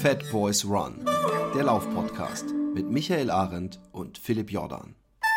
Fat Boys Run, der Laufpodcast mit Michael Arendt und Philipp Jordan.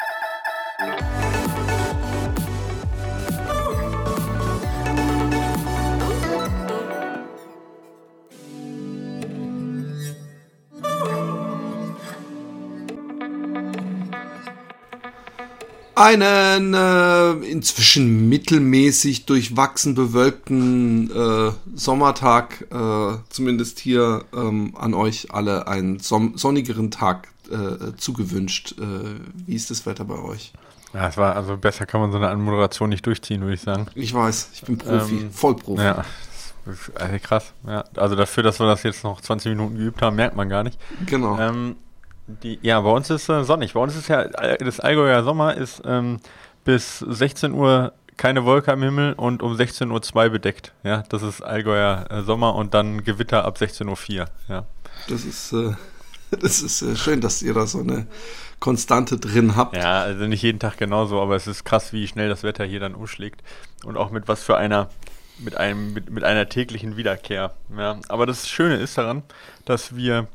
Einen inzwischen mittelmäßig durchwachsen bewölkten Sommertag, zumindest hier an euch alle einen sonnigeren Tag zugewünscht. Wie ist das Wetter bei euch? Ja, es war, also besser kann man so eine Anmoderation nicht durchziehen, würde ich sagen. Ich weiß, ich bin Profi, Vollprofi. Ja, das ist also krass. Ja, also dafür, dass wir das jetzt noch 20 Minuten geübt haben, merkt man gar nicht. Genau. Bei uns ist sonnig. Bei uns ist ja das Allgäuer Sommer ist bis 16 Uhr keine Wolke am Himmel und um 16.02 Uhr bedeckt. Ja, das ist Allgäuer Sommer und dann Gewitter ab 16.04 Uhr. Ja. Das ist schön, dass ihr da so eine Konstante drin habt. Ja, also nicht jeden Tag genauso, aber es ist krass, wie schnell das Wetter hier dann umschlägt und auch mit was für einer mit einer täglichen Wiederkehr. Ja, aber das Schöne ist daran, dass wir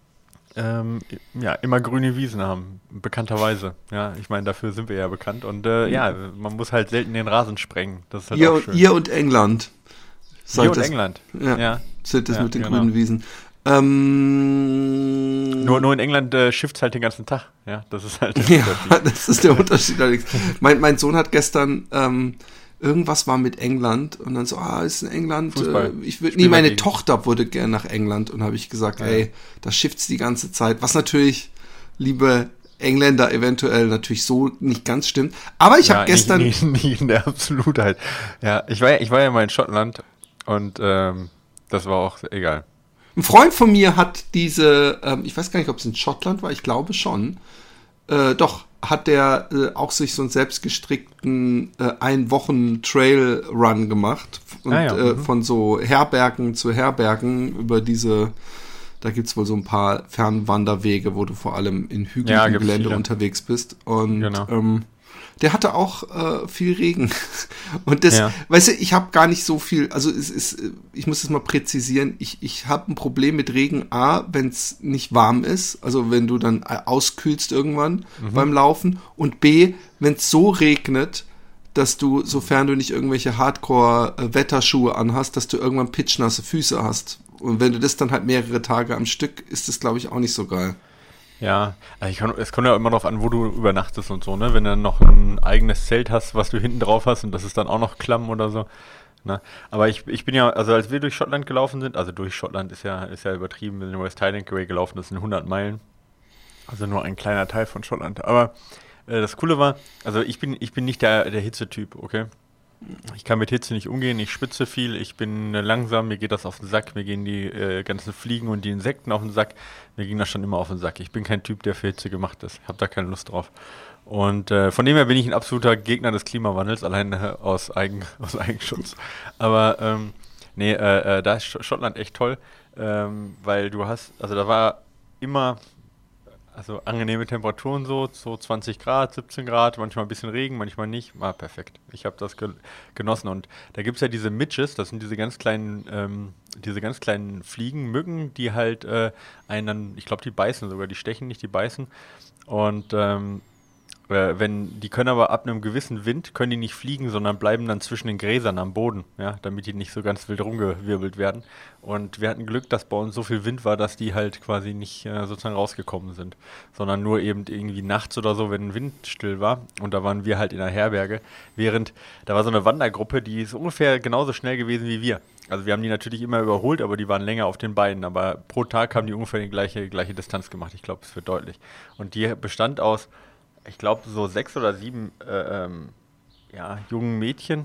immer grüne Wiesen haben, bekannterweise. Ja, ich meine, dafür sind wir ja bekannt. Und man muss halt selten den Rasen sprengen. Das ist halt auch schön. Ihr und England. England. Ja. Zählt das mit den grünen Wiesen. Nur in England schifft es halt den ganzen Tag. Ja, das ist halt der Unterschied. Das ist der Unterschied allerdings. Mein Sohn hat gestern irgendwas war mit England und dann so, ist in England, meine Tochter würde gern nach England und habe ich gesagt, da schifft's die ganze Zeit, was natürlich, liebe Engländer, eventuell natürlich so nicht ganz stimmt, aber ich habe gestern... Nicht in der Absolutheit. Ja, ich war ja mal in Schottland und das war auch egal. Ein Freund von mir hat diese, ich weiß gar nicht, ob es in Schottland war, ich glaube schon, hat der auch sich so einen selbstgestrickten 1-Wochen-Trail-Run gemacht und von so Herbergen zu Herbergen über da gibt's wohl so ein paar Fernwanderwege, wo du vor allem in hügeligem Gelände unterwegs bist und der hatte auch viel Regen und das, weißt du, ich habe gar nicht so viel, also ich muss das mal präzisieren, ich habe ein Problem mit Regen, wenn es nicht warm ist, also wenn du dann auskühlst irgendwann beim Laufen und B, wenn es so regnet, dass du, sofern du nicht irgendwelche Hardcore-Wetterschuhe anhast, dass du irgendwann pitschnasse Füße hast und wenn du das dann halt mehrere Tage am Stück, ist das, glaube ich, auch nicht so geil. Ja, also es kommt ja immer darauf an, wo du übernachtest und so, ne? Wenn du dann noch ein eigenes Zelt hast, was du hinten drauf hast und das ist dann auch noch klamm oder so, ne? Aber ich bin ja, also als wir durch Schottland gelaufen sind, also durch Schottland ist ja übertrieben, wir sind den West Highland Way gelaufen, das sind 100 Meilen, also nur ein kleiner Teil von Schottland. Aber das Coole war, also ich bin nicht der Hitzetyp, okay? Ich kann mit Hitze nicht umgehen, ich schwitze viel, ich bin langsam, mir geht das auf den Sack, mir gehen die ganzen Fliegen und die Insekten auf den Sack, mir ging das schon immer auf den Sack. Ich bin kein Typ, der für Hitze gemacht ist, ich habe da keine Lust drauf. Und von dem her bin ich ein absoluter Gegner des Klimawandels, allein aus Eigenschutz. Aber da ist Schottland echt toll, weil du hast, also da war immer... Also angenehme Temperaturen so 20 Grad, 17 Grad, manchmal ein bisschen Regen, manchmal nicht. Perfekt. Ich habe das genossen. Und da gibt es ja diese Midges, das sind diese ganz kleinen Fliegen, Mücken, die halt einen, ich glaube, die beißen sogar, die stechen nicht, die beißen. Und die können aber ab einem gewissen Wind, können die nicht fliegen, sondern bleiben dann zwischen den Gräsern am Boden, ja, damit die nicht so ganz wild rumgewirbelt werden. Und wir hatten Glück, dass bei uns so viel Wind war, dass die halt quasi nicht sozusagen rausgekommen sind, sondern nur eben irgendwie nachts oder so, wenn Wind still war. Und da waren wir halt in der Herberge, da war so eine Wandergruppe, die ist ungefähr genauso schnell gewesen wie wir. Also wir haben die natürlich immer überholt, aber die waren länger auf den Beinen. Aber pro Tag haben die ungefähr die gleiche Distanz gemacht. Ich glaube, es wird deutlich. Und die bestand aus, ich glaube, so 6 oder 7 jungen Mädchen,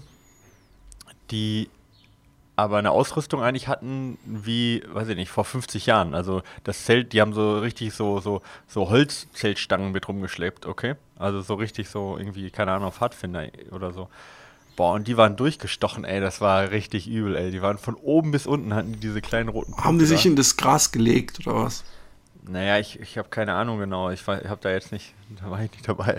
die aber eine Ausrüstung eigentlich hatten wie, weiß ich nicht, vor 50 Jahren. Also das Zelt, die haben so richtig so Holzzeltstangen mit rumgeschleppt, okay? Also so richtig so irgendwie, keine Ahnung, Pfadfinder oder so. Boah, und die waren durchgestochen, ey, das war richtig übel, ey. Die waren von oben bis unten, hatten die diese kleinen roten Punkte. Haben die sich in das Gras gelegt, oder was? Naja, ich habe keine Ahnung genau. Da war ich nicht dabei.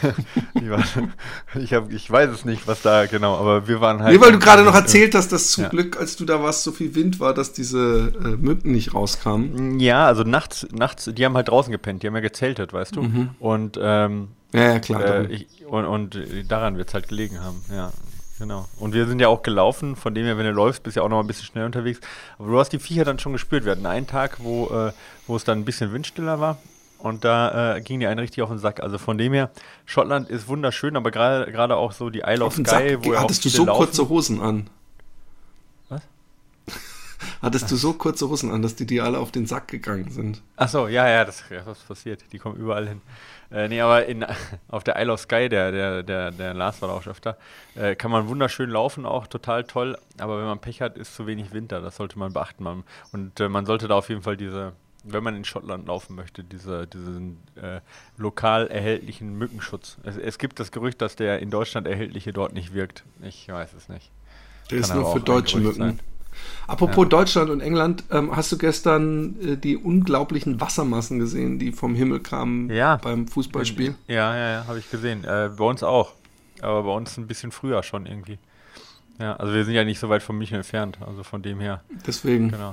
Ich weiß es nicht, was da genau, aber wir waren halt. Nee, weil du gerade noch erzählt hast, dass zum Glück, als du da warst, so viel Wind war, dass diese Mücken nicht rauskamen. Ja, also nachts, die haben halt draußen gepennt, die haben ja gezeltet, weißt du. Mhm. Und ja, klar. Und daran wird es halt gelegen haben, ja. Genau. Und wir sind ja auch gelaufen, von dem her, wenn du läufst, bist du ja auch noch ein bisschen schnell unterwegs. Aber du hast die Viecher dann schon gespürt. Wir hatten einen Tag, wo es dann ein bisschen windstiller war und da ging die einen richtig auf den Sack. Also von dem her, Schottland ist wunderschön, aber gerade auch so die Isle of Skye, wo hattest du so kurze Hosen an? Was? Hattest du so kurze Hosen an, dass die alle auf den Sack gegangen sind? Ach so, ja, das ist passiert. Die kommen überall hin. Nee, aber auf der Isle of Skye, der Lars war da auch schon öfter, kann man wunderschön laufen, auch total toll. Aber wenn man Pech hat, ist zu wenig Winter. Das sollte man beachten. Und man sollte da auf jeden Fall wenn man in Schottland laufen möchte, diesen lokal erhältlichen Mückenschutz. Es gibt das Gerücht, dass der in Deutschland erhältliche dort nicht wirkt. Ich weiß es nicht. Der ist nur für deutsche Mücken. Sein. Apropos Deutschland und England, hast du gestern die unglaublichen Wassermassen gesehen, die vom Himmel kamen beim Fußballspiel? Ja, habe ich gesehen. Bei uns auch. Aber bei uns ein bisschen früher schon irgendwie. Ja, also wir sind ja nicht so weit von München entfernt, also von dem her. Deswegen. Genau.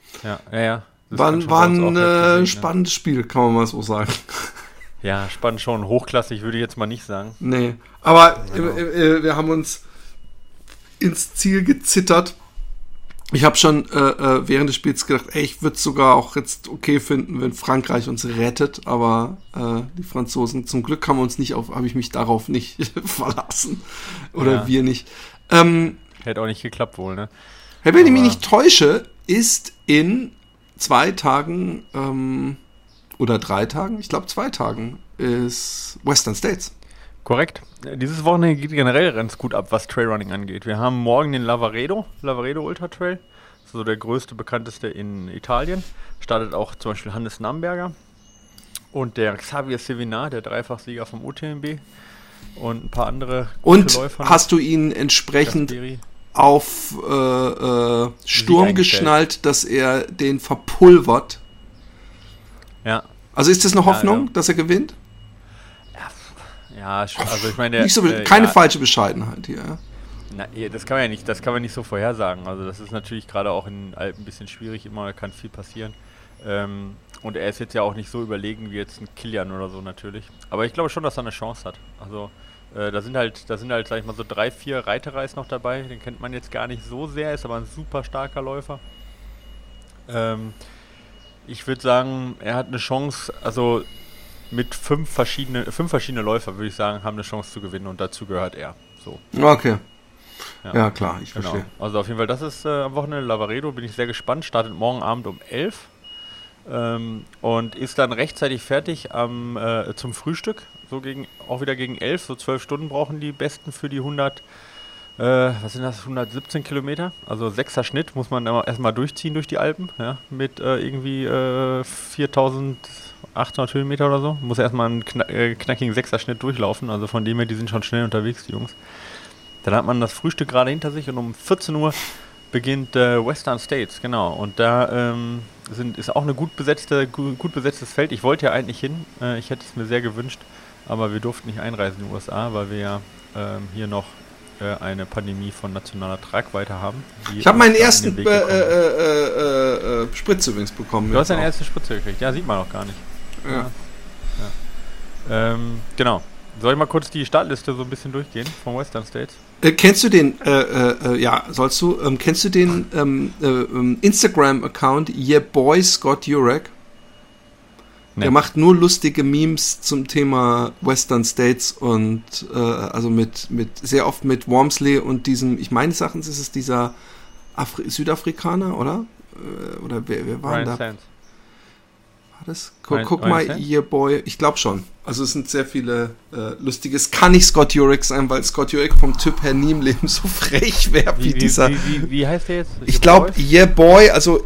Ja. War ein spannendes Spiel, kann man mal so sagen. Ja, spannend schon. Hochklassig würde ich jetzt mal nicht sagen. Nee, aber wir haben uns ins Ziel gezittert. Ich habe schon während des Spiels gedacht, ich würde es sogar auch jetzt okay finden, wenn Frankreich uns rettet, aber die Franzosen, zum Glück habe ich mich darauf nicht verlassen. Oder wir nicht. Hätte auch nicht geklappt wohl, ne? Wenn ich mich nicht täusche, ist in 2 Tagen oder 3 Tagen, ich glaube 2 Tagen, ist Western States. Korrekt. Dieses Wochenende geht generell ganz gut ab, was Trailrunning angeht. Wir haben morgen den Lavaredo Ultra Trail. Das ist so der größte, bekannteste in Italien. Startet auch zum Beispiel Hannes Namberger und der Xavier Sevinar, der Dreifachsieger vom UTMB und ein paar andere gute Läufer. Und hast du ihn entsprechend Gasperi auf Sturm geschnallt, dass er den verpulvert? Ja. Also ist das eine Hoffnung, dass er gewinnt? Ja, also ich meine, keine falsche Bescheidenheit hier. Na, das kann man nicht so vorhersagen. Also das ist natürlich gerade auch in den Alpen ein bisschen schwierig, immer kann viel passieren. Und er ist jetzt ja auch nicht so überlegen wie jetzt ein Kilian oder so natürlich. Aber ich glaube schon, dass er eine Chance hat. Also da sind halt, sag ich mal, so 3, 4 Reitereis noch dabei. Den kennt man jetzt gar nicht so sehr, ist aber ein super starker Läufer. Ich würde sagen, er hat eine Chance, also mit 5 verschiedene Läufer, würde ich sagen, haben eine Chance zu gewinnen und dazu gehört er. So. Okay. Ja klar, ich verstehe. Also auf jeden Fall, das ist am Wochenende Lavaredo, bin ich sehr gespannt. Startet morgen Abend um 11 und ist dann rechtzeitig fertig zum Frühstück. Auch wieder gegen 11, so 12 Stunden brauchen die Besten für die 117 Kilometer. Also 6er Schnitt muss man erstmal durchziehen durch die Alpen, ja, mit irgendwie 4.800 Höhenmeter oder so. Muss erstmal einen knackigen 6er Schnitt durchlaufen, also von dem her, die sind schon schnell unterwegs, die Jungs. Dann hat man das Frühstück gerade hinter sich und um 14 Uhr beginnt Western States, genau. Und da ist auch eine gut besetztes Feld. Ich wollte ja eigentlich hin, ich hätte es mir sehr gewünscht, aber wir durften nicht einreisen in den USA, weil wir ja hier noch eine Pandemie von nationaler Tragweite haben. Ich habe meinen ersten Spritze übrigens bekommen. Du hast deine erste Spritze gekriegt, ja, sieht man auch gar nicht. Ja. Genau. Soll ich mal kurz die Startliste so ein bisschen durchgehen von Western States? Kennst du den, sollst du, kennst du den Instagram-Account Boy Scott Jurek? Nee. Der macht nur lustige Memes zum Thema Western States und also sehr oft mit Wormsley und diesem, ich meine Sachen, ist es dieser Südafrikaner, oder? Oder wer war da? Sands. War das? Guck mal, ihr Boy, ich glaube schon. Also es sind sehr viele lustige, es kann nicht Scott Jurek sein, weil Scott Jurek vom Typ her nie im Leben so frech wäre wie dieser. Wie heißt der jetzt? Ich glaube, ihr Boy, also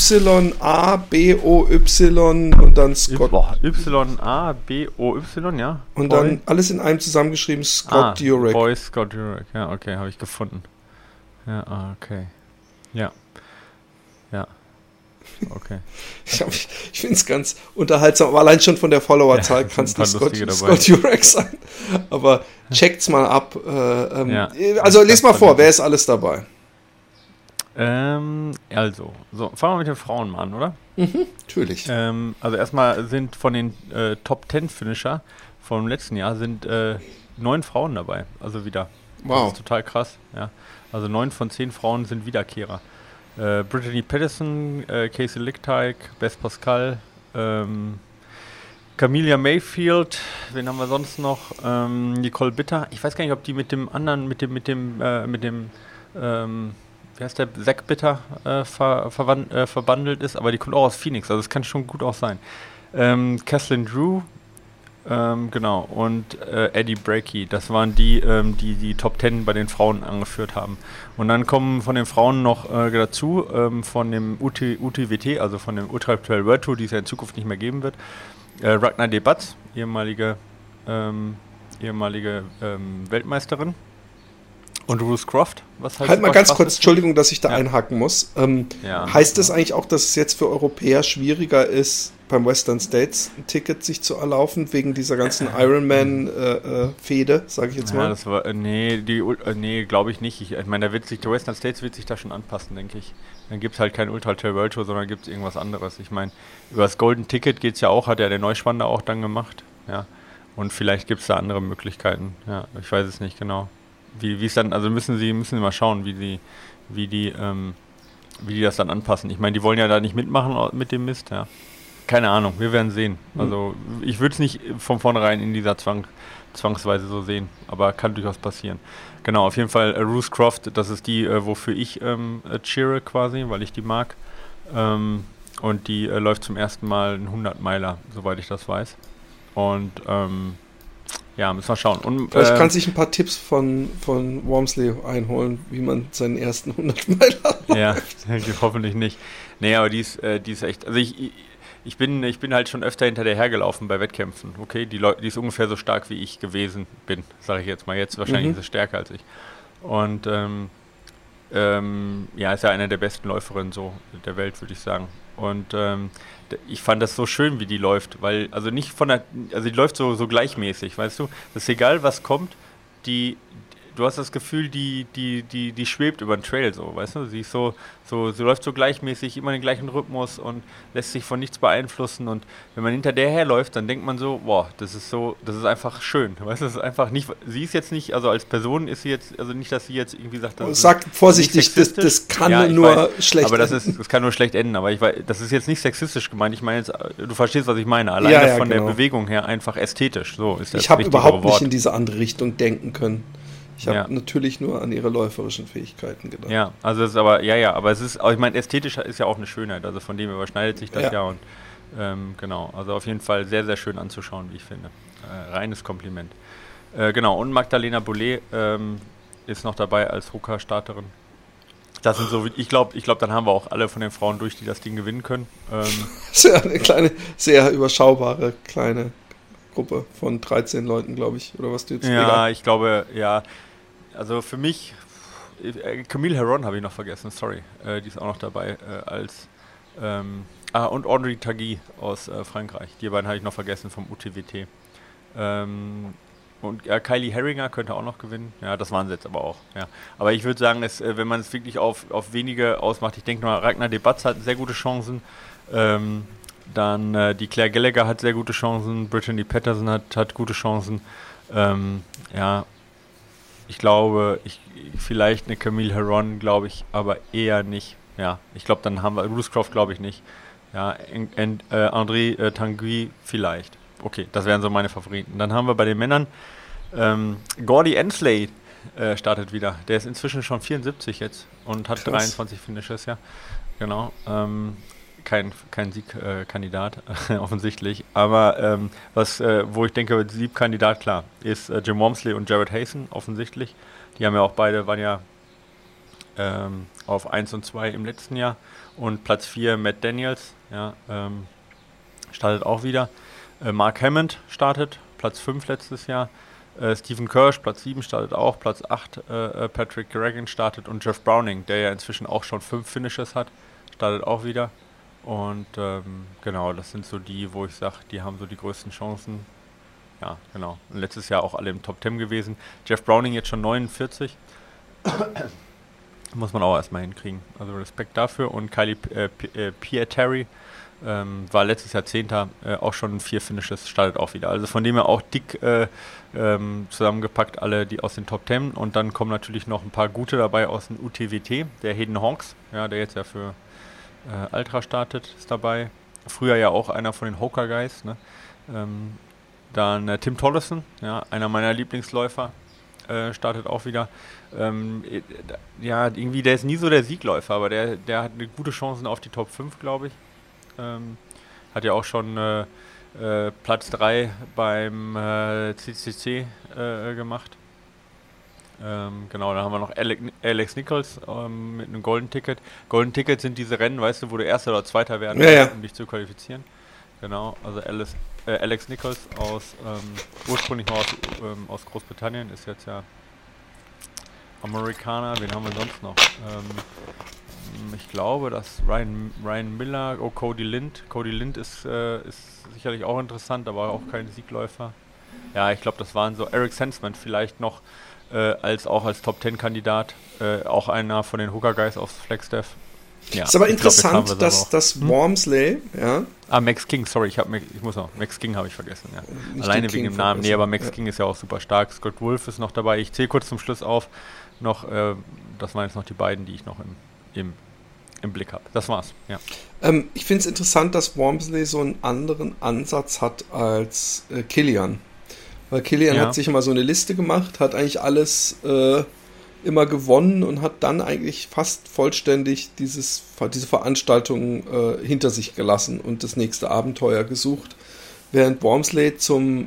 Y-A-B-O-Y und dann Scott. Y-A-B-O-Y, ja. Und Boy. Dann alles in einem zusammengeschrieben, Scott Jurek. Boy Scott Jurek, ja, okay, habe ich gefunden. Ja, okay. Ja. Okay. Ich finde es ganz unterhaltsam, aber allein schon von der Followerzahl kann es nicht Scott Jurek sein. Aber checkt's mal ab. Also lest mal vor, wer ist alles dabei? Also, so, fangen wir mit den Frauen mal an, oder? Natürlich. Also erstmal sind von den Top 10 Finisher vom letzten Jahr sind 9 Frauen dabei, also wieder. Wow. Das ist total krass, ja. Also 9 von 10 Frauen sind Wiederkehrer. Brittany Patterson, Casey Lichtteig, Beth Pascal, Camelia Mayfield, wen haben wir sonst noch? Nicole Bitter. Ich weiß gar nicht, ob die mit dem anderen, wie heißt der, Zach Bitter verbandelt ist, aber die kommt auch aus Phoenix, also das kann schon gut auch sein. Kathleen Drew, genau, und Eddie Breaky, das waren die Top 10 bei den Frauen angeführt haben. Und dann kommen von den Frauen noch dazu, von dem UTWT, also von dem Ultra Trail World Tour, die es ja in Zukunft nicht mehr geben wird, Ragnar Debatz, ehemalige Weltmeisterin. Und Ruth Croft, was halt mal ganz kurz, Entschuldigung, dass ich da einhaken muss. Heißt das eigentlich auch, dass es jetzt für Europäer schwieriger ist, beim Western States ein Ticket sich zu erlaufen, wegen dieser ganzen Ironman-Fehde, sage ich jetzt mal? Ja, das war, nee, glaube ich nicht. Ich meine, der Western States wird sich da schon anpassen, denke ich. Dann gibt es halt kein Ultra Trail World Tour, sondern gibt es irgendwas anderes. Ich meine, über das Golden Ticket geht es ja auch, hat ja der Neuschwander auch dann gemacht. Ja. Und vielleicht gibt es da andere Möglichkeiten. Ja, ich weiß es nicht genau. Wie es dann, also müssen sie mal schauen, wie die das dann anpassen. Ich meine, die wollen ja da nicht mitmachen mit dem Mist, ja. Keine Ahnung, wir werden sehen. Also ich würde es nicht von vornherein in dieser zwangsweise so sehen, aber kann durchaus passieren. Genau, auf jeden Fall Ruth Croft, das ist die, wofür ich cheere quasi, weil ich die mag. Und die läuft zum ersten Mal einen 100-Meiler, soweit ich das weiß. Und ja, müssen wir schauen. Und, vielleicht kann sich ein paar Tipps von Wormsley einholen, wie man seinen ersten 100-Meiler läuft. Ja, hoffentlich nicht. Nee, aber die ist echt, also ich bin halt schon öfter hinter der hergelaufen bei Wettkämpfen. Okay, die ist ungefähr so stark, wie ich gewesen bin, sage ich jetzt mal. Jetzt wahrscheinlich ist sie stärker als ich. Und ja, ist ja eine der besten Läuferinnen so der Welt, würde ich sagen. Und ich fand das so schön, wie die läuft, weil, also nicht die läuft so gleichmäßig, weißt du? Das ist egal, was kommt, du hast das Gefühl, die schwebt über den Trail so, weißt du? Sie ist sie läuft so gleichmäßig, immer den gleichen Rhythmus und lässt sich von nichts beeinflussen. Und wenn man hinter der herläuft, dann denkt man so, boah, das ist einfach schön, weißt du? Das ist einfach nicht, sie ist jetzt nicht, also als Person ist sie jetzt, also nicht, dass sie jetzt irgendwie sagt, das sag vorsichtig, das kann nur schlecht enden. Aber das kann nur schlecht enden, aber das ist jetzt nicht sexistisch gemeint, ich meine jetzt, du verstehst, was ich meine, alleine von der Bewegung her einfach ästhetisch, so ist das. Ich habe überhaupt nicht in diese andere Richtung denken können. Ich habe natürlich nur an ihre läuferischen Fähigkeiten gedacht. Ja, also es ist aber, aber es ist, ich meine, ästhetisch ist ja auch eine Schönheit, also von dem überschneidet sich das ja und genau, also auf jeden Fall sehr, sehr schön anzuschauen, wie ich finde. Reines Kompliment. Genau, und Magdalena Boulet ist noch dabei als Ruka-Starterin. Das sind so, ich glaube, dann haben wir auch alle von den Frauen durch, die das Ding gewinnen können. Das ist ja eine kleine, sehr überschaubare kleine Gruppe von 13 Leuten, glaube ich, oder was du jetzt ich glaube, ja. Also für mich, Camille Herron habe ich noch vergessen, sorry. Die ist auch noch dabei und Audrey Tagui aus Frankreich. Die beiden habe ich noch vergessen vom UTWT. Und Kylie Herringer könnte auch noch gewinnen. Ja, das waren sie jetzt aber auch. Ja. Aber ich würde sagen, wenn man es wirklich auf wenige ausmacht, ich denke mal, Ragnar Debatz hat sehr gute Chancen. Dann die Claire Gallagher hat sehr gute Chancen. Brittany Patterson hat gute Chancen. Ja, ich glaube, vielleicht eine Camille Herron, glaube ich, aber eher nicht. Ja, ich glaube, dann haben wir Ruth Croft, glaube ich nicht. Ja, André Tanguy vielleicht. Okay, das wären so meine Favoriten. Dann haben wir bei den Männern Gordy Ensley startet wieder. Der ist inzwischen schon 74 jetzt und hat 23 Finishes, ja. Genau. Kein Siegkandidat, offensichtlich. Aber wo ich denke, Siegkandidat, klar, ist Jim Wormsley und Jared Hazen, offensichtlich. Die haben ja auch beide, waren ja auf 1 und 2 im letzten Jahr. Und Platz 4 Matt Daniels, ja, startet auch wieder. Mark Hammond startet, Platz 5 letztes Jahr. Stephen Kirsch, Platz 7 startet auch. Platz 8 Patrick Regan startet. Und Jeff Browning, der ja inzwischen auch schon 5 Finishes hat, startet auch wieder. Und genau, das sind so die, wo ich sage, die haben so die größten Chancen. Ja, genau. Und letztes Jahr auch alle im Top 10 gewesen. Jeff Browning jetzt schon 49. Muss man auch erstmal hinkriegen. Also Respekt dafür. Und Kylie Pietari war letztes Jahr 10. Auch schon 4 Finishes, startet auch wieder. Also von dem her auch dick zusammengepackt, alle die aus den Top 10. Und dann kommen natürlich noch ein paar gute dabei aus dem UTWT. Der Hayden Hawks, ja, der jetzt ja für Ultra startet, ist dabei. Früher ja auch einer von den Hoka Guys. Ne? Dann Tim Tollefson, ja, einer meiner Lieblingsläufer, startet auch wieder. Ja, irgendwie, der ist nie so der Siegläufer, aber der hat eine gute Chancen auf die Top 5, glaube ich. Hat ja auch schon Platz 3 beim CCC gemacht. Genau, dann haben wir noch Alex Nichols mit einem Golden Ticket. Golden Ticket sind diese Rennen, weißt du, wo du Erster oder Zweiter werden kannst, um dich zu qualifizieren. Genau, also Alex Nichols ursprünglich mal aus Großbritannien, ist jetzt ja Amerikaner. Wen haben wir sonst noch? Ich glaube, dass Ryan Miller, Cody Lind. Cody Lind ist sicherlich auch interessant, aber auch kein Siegläufer. Ja, ich glaube, das waren so Eric Sensman vielleicht noch als Top-10-Kandidat. Auch einer von den Hooker Guys aufs Flagstaff. Ja, ist aber interessant, dass Wormsley, ja. Max King, sorry, Max King habe ich vergessen, ja. Alleine wegen dem Namen. Nee, aber Max King ist ja auch super stark. Scott Wolf ist noch dabei. Ich zähle kurz zum Schluss auf. Das waren jetzt noch die beiden, die ich noch im Blick habe. Das war's, ja. Ich finde es interessant, dass Wormsley so einen anderen Ansatz hat als Kilian. Weil Kilian hat sich immer so eine Liste gemacht, hat eigentlich alles immer gewonnen und hat dann eigentlich fast vollständig diese Veranstaltung hinter sich gelassen und das nächste Abenteuer gesucht, während Wormsley zum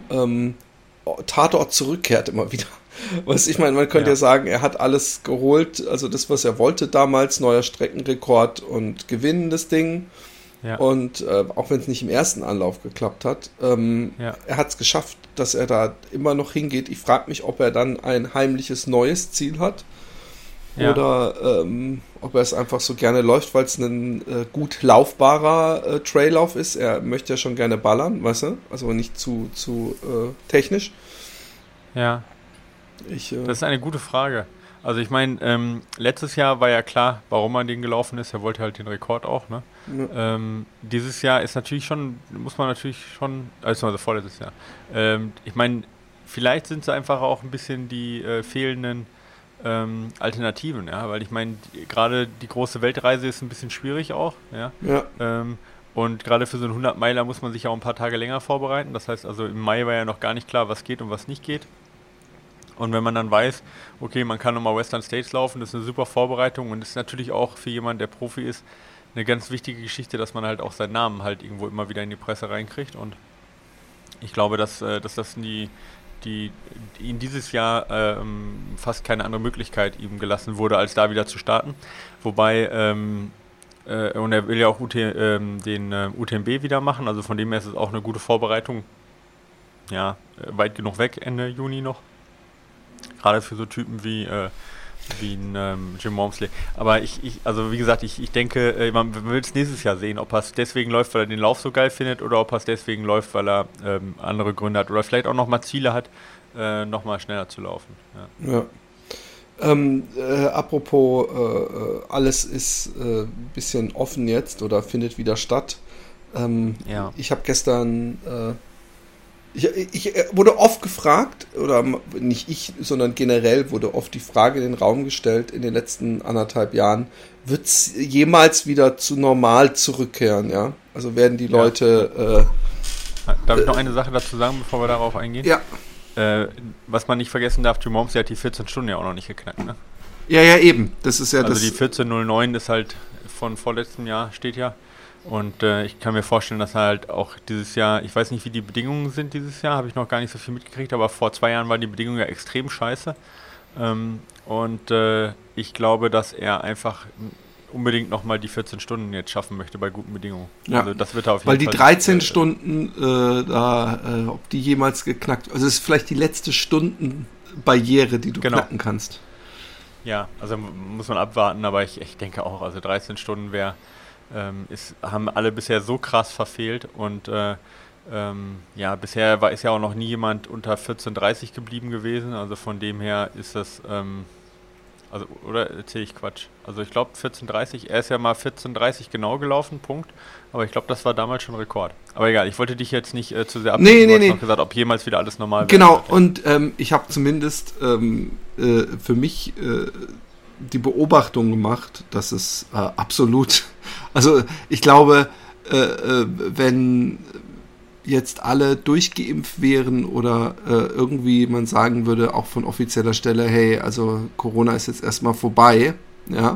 Tatort zurückkehrt immer wieder. Was ich meine, man könnte ja sagen, er hat alles geholt, also das, was er wollte damals, neuer Streckenrekord und gewinnen das Ding. Ja. Und auch wenn es nicht im ersten Anlauf geklappt hat, er hat es geschafft, dass er da immer noch hingeht. Ich frage mich, ob er dann ein heimliches neues Ziel hat oder ob er es einfach so gerne läuft, weil es ein gut laufbarer Traillauf ist. Er möchte ja schon gerne ballern, weißt du? Also nicht zu technisch. Ja. Das ist eine gute Frage. Also ich meine, letztes Jahr war ja klar, warum er den gelaufen ist. Er wollte halt den Rekord auch, ne? Ja. Dieses Jahr ist natürlich schon, also vorletztes Jahr. Ich meine, vielleicht sind es einfach auch ein bisschen die fehlenden Alternativen, ja, weil ich meine, gerade die große Weltreise ist ein bisschen schwierig auch, ja. Und gerade für so einen 100-Meiler muss man sich auch ein paar Tage länger vorbereiten. Das heißt also, im Mai war ja noch gar nicht klar, was geht und was nicht geht. Und wenn man dann weiß, okay, man kann nochmal Western States laufen, das ist eine super Vorbereitung und ist natürlich auch für jemanden, der Profi ist, eine ganz wichtige Geschichte, dass man halt auch seinen Namen halt irgendwo immer wieder in die Presse reinkriegt. Und ich glaube, dass das ihn dieses Jahr fast keine andere Möglichkeit ihm gelassen wurde, als da wieder zu starten. Wobei, und er will ja auch den UTMB wieder machen, also von dem her ist es auch eine gute Vorbereitung. Ja, weit genug weg, Ende Juni noch. Gerade für so Typen wie Jim Wormsley. Aber also wie gesagt, ich denke, man will es nächstes Jahr sehen, ob er es deswegen läuft, weil er den Lauf so geil findet oder ob er es deswegen läuft, weil er andere Gründe hat oder vielleicht auch nochmal Ziele hat, nochmal schneller zu laufen. Ja. Apropos, alles ist ein bisschen offen jetzt oder findet wieder statt. Ich habe gestern Ich wurde oft gefragt, oder nicht ich, sondern generell wurde oft die Frage in den Raum gestellt in den letzten 1,5 Jahren, wird es jemals wieder zu normal zurückkehren, ja? Also werden die Leute... Darf ich noch eine Sache dazu sagen, bevor wir darauf eingehen? Ja. Was man nicht vergessen darf, Jim Wormsley hat die 14 Stunden ja auch noch nicht geknackt, ne? Ja, eben. Das ist ja also die 14:09 ist halt von vorletztem Jahr, steht ja. Und ich kann mir vorstellen, dass er halt auch dieses Jahr, ich weiß nicht, wie die Bedingungen sind dieses Jahr, habe ich noch gar nicht so viel mitgekriegt, aber vor 2 Jahren waren die Bedingungen ja extrem scheiße. Ich glaube, dass er einfach unbedingt nochmal die 14 Stunden jetzt schaffen möchte bei guten Bedingungen. Ja. Also das wird er auf jeden Fall. Weil die 13 Stunden, ob die jemals geknackt, also es ist vielleicht die letzte Stundenbarriere, die du knacken kannst. Ja, also muss man abwarten, aber ich denke auch, also 13 Stunden wäre haben alle bisher so krass verfehlt und bisher ist ja auch noch nie jemand unter 14,30 geblieben gewesen, also von dem her ist das, oder erzähle ich Quatsch? Also ich glaube 14,30, er ist ja mal 14,30 genau gelaufen, Punkt, aber ich glaube, das war damals schon Rekord. Aber egal, ich wollte dich jetzt nicht zu sehr abnehmen, du hast noch gesagt, ob jemals wieder alles normal wird. Genau, und ich habe zumindest für mich die Beobachtung gemacht, dass es absolut, also ich glaube, wenn jetzt alle durchgeimpft wären oder irgendwie man sagen würde, auch von offizieller Stelle, hey, also Corona ist jetzt erstmal vorbei, ja.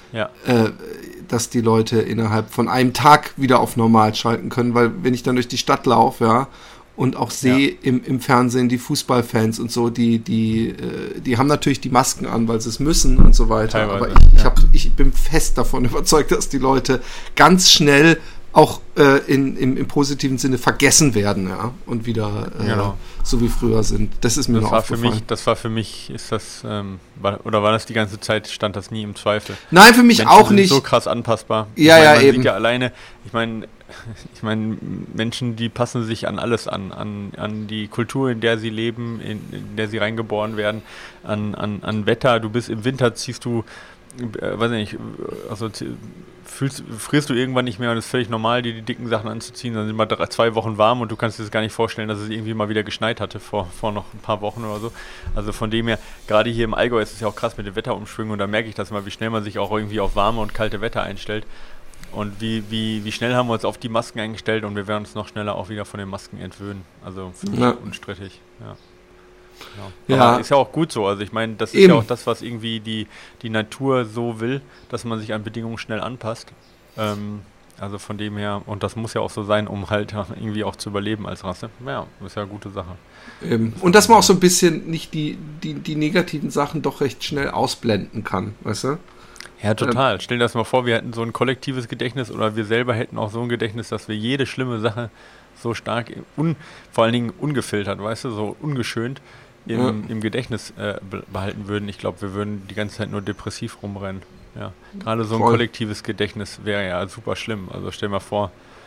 Dass die Leute innerhalb von einem Tag wieder auf normal schalten können, weil wenn ich dann durch die Stadt laufe, ja, und auch sehe im Fernsehen die Fußballfans und so, die haben natürlich die Masken an, weil sie es müssen und so weiter, teilweise, aber ich bin fest davon überzeugt, dass die Leute ganz schnell auch im positiven Sinne vergessen werden, ja, und wieder so wie früher sind. Das ist mir noch aufgefallen. Das war für mich, ist das, war das die ganze Zeit, stand das nie im Zweifel? Nein, für mich Menschen auch nicht. So krass anpassbar. Man eben. Sieht ja alleine, ich meine, Menschen, die passen sich an alles an die Kultur, in der sie leben, in der sie reingeboren werden, an Wetter. Du bist im Winter, ziehst du, weiß nicht, also frierst du irgendwann nicht mehr und es ist völlig normal, dir die dicken Sachen anzuziehen, dann sind mal 2 Wochen warm und du kannst dir das gar nicht vorstellen, dass es irgendwie mal wieder geschneit hatte vor noch ein paar Wochen oder so. Also von dem her, gerade hier im Allgäu ist es ja auch krass mit den Wetterumschwüngen und da merke ich das mal, wie schnell man sich auch irgendwie auf warme und kalte Wetter einstellt und wie schnell haben wir uns auf die Masken eingestellt und wir werden uns noch schneller auch wieder von den Masken entwöhnen. Also für mich unstrittig, ja. Genau. Aber ist ja auch gut so, also ich meine, das ist ja auch das, was irgendwie die Natur so will, dass man sich an Bedingungen schnell anpasst. Also von dem her, und das muss ja auch so sein, um halt irgendwie auch zu überleben als Rasse. Ja, das ist ja eine gute Sache. Und dass man auch so ein bisschen nicht die negativen Sachen doch recht schnell ausblenden kann, weißt du? Ja, total. Stell dir das mal vor, wir hätten so ein kollektives Gedächtnis oder wir selber hätten auch so ein Gedächtnis, dass wir jede schlimme Sache so stark, vor allen Dingen ungefiltert, weißt du, so ungeschönt im Gedächtnis behalten würden. Ich glaube, wir würden die ganze Zeit nur depressiv rumrennen. Ja. Gerade so ein kollektives Gedächtnis wäre ja super schlimm. Also stell mal vor,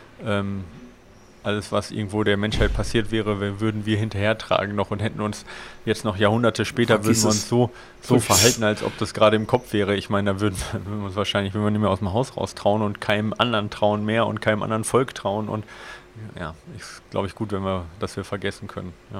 alles, was irgendwo der Menschheit passiert wäre, würden wir hinterhertragen noch und hätten uns jetzt noch Jahrhunderte später, würden wir uns so verhalten, als ob das gerade im Kopf wäre. Ich meine, da würden wir uns wahrscheinlich, wenn wir nicht mehr aus dem Haus raus trauen und keinem anderen trauen mehr und keinem anderen Volk trauen und ja, ist, glaube ich, gut, dass wir vergessen können. Ja.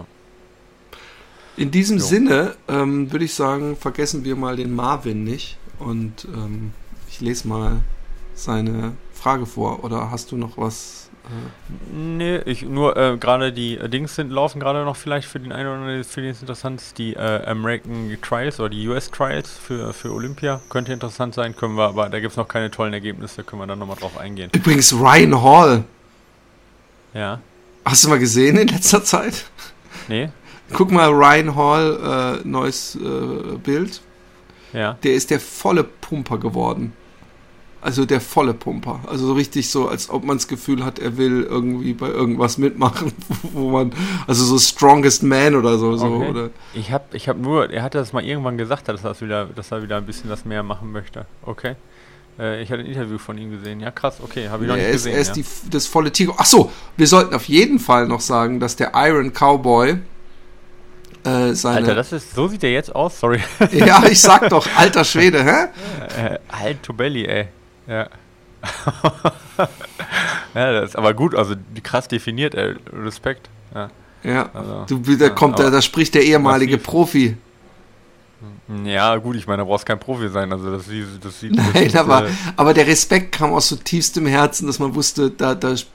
In diesem Sinne würde ich sagen, vergessen wir mal den Marvin nicht und ich lese mal seine Frage vor. Oder hast du noch was? Nee, gerade die Dings laufen gerade noch vielleicht für den einen oder anderen, für den es interessant ist, die American Trials oder die US Trials für Olympia. Könnte interessant sein, aber da gibt es noch keine tollen Ergebnisse, können wir dann nochmal drauf eingehen. Übrigens Ryan Hall. Ja. Hast du mal gesehen in letzter Zeit? Nee. Guck mal, Ryan Hall, neues Bild. Ja. Der ist der volle Pumper geworden. Also der volle Pumper. Also so richtig so, als ob man das Gefühl hat, er will irgendwie bei irgendwas mitmachen, wo man, also so Strongest Man oder so. Okay. Oder? Ich hab nur, er hatte das mal irgendwann gesagt, dass er wieder ein bisschen was mehr machen möchte. Okay. Ich hatte ein Interview von ihm gesehen. Ja, krass, okay, habe ich noch nicht gesehen. Er ist das volle Tiger. Achso, wir sollten auf jeden Fall noch sagen, dass der Iron Cowboy Alter, so sieht er jetzt aus, sorry. Ja, ich sag doch, alter Schwede, hä? Alt to belly, ey. Ja. Ja, das ist aber gut, also krass definiert, ey. Respekt. Ja, also, da spricht der ehemalige Profi. Ja, gut, ich meine, da brauchst kein Profi sein, also das sieht Nein, aber der Respekt kam aus so tiefstem Herzen, dass man wusste, da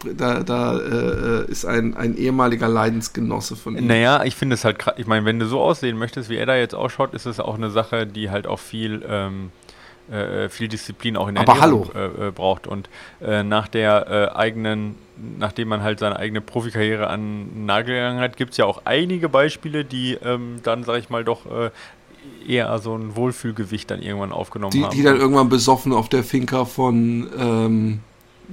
ist ein ehemaliger Leidensgenosse von ihm. Naja, ich finde es halt krass, ich meine, wenn du so aussehen möchtest, wie er da jetzt ausschaut, ist es auch eine Sache, die halt auch viel Disziplin auch in der Ernährung braucht und nachdem man halt seine eigene Profikarriere an den Nagel gegangen hat, gibt es ja auch einige Beispiele, die dann, sag ich mal, doch eher so ein Wohlfühlgewicht dann irgendwann aufgenommen haben. Die dann irgendwann besoffen auf der Finca von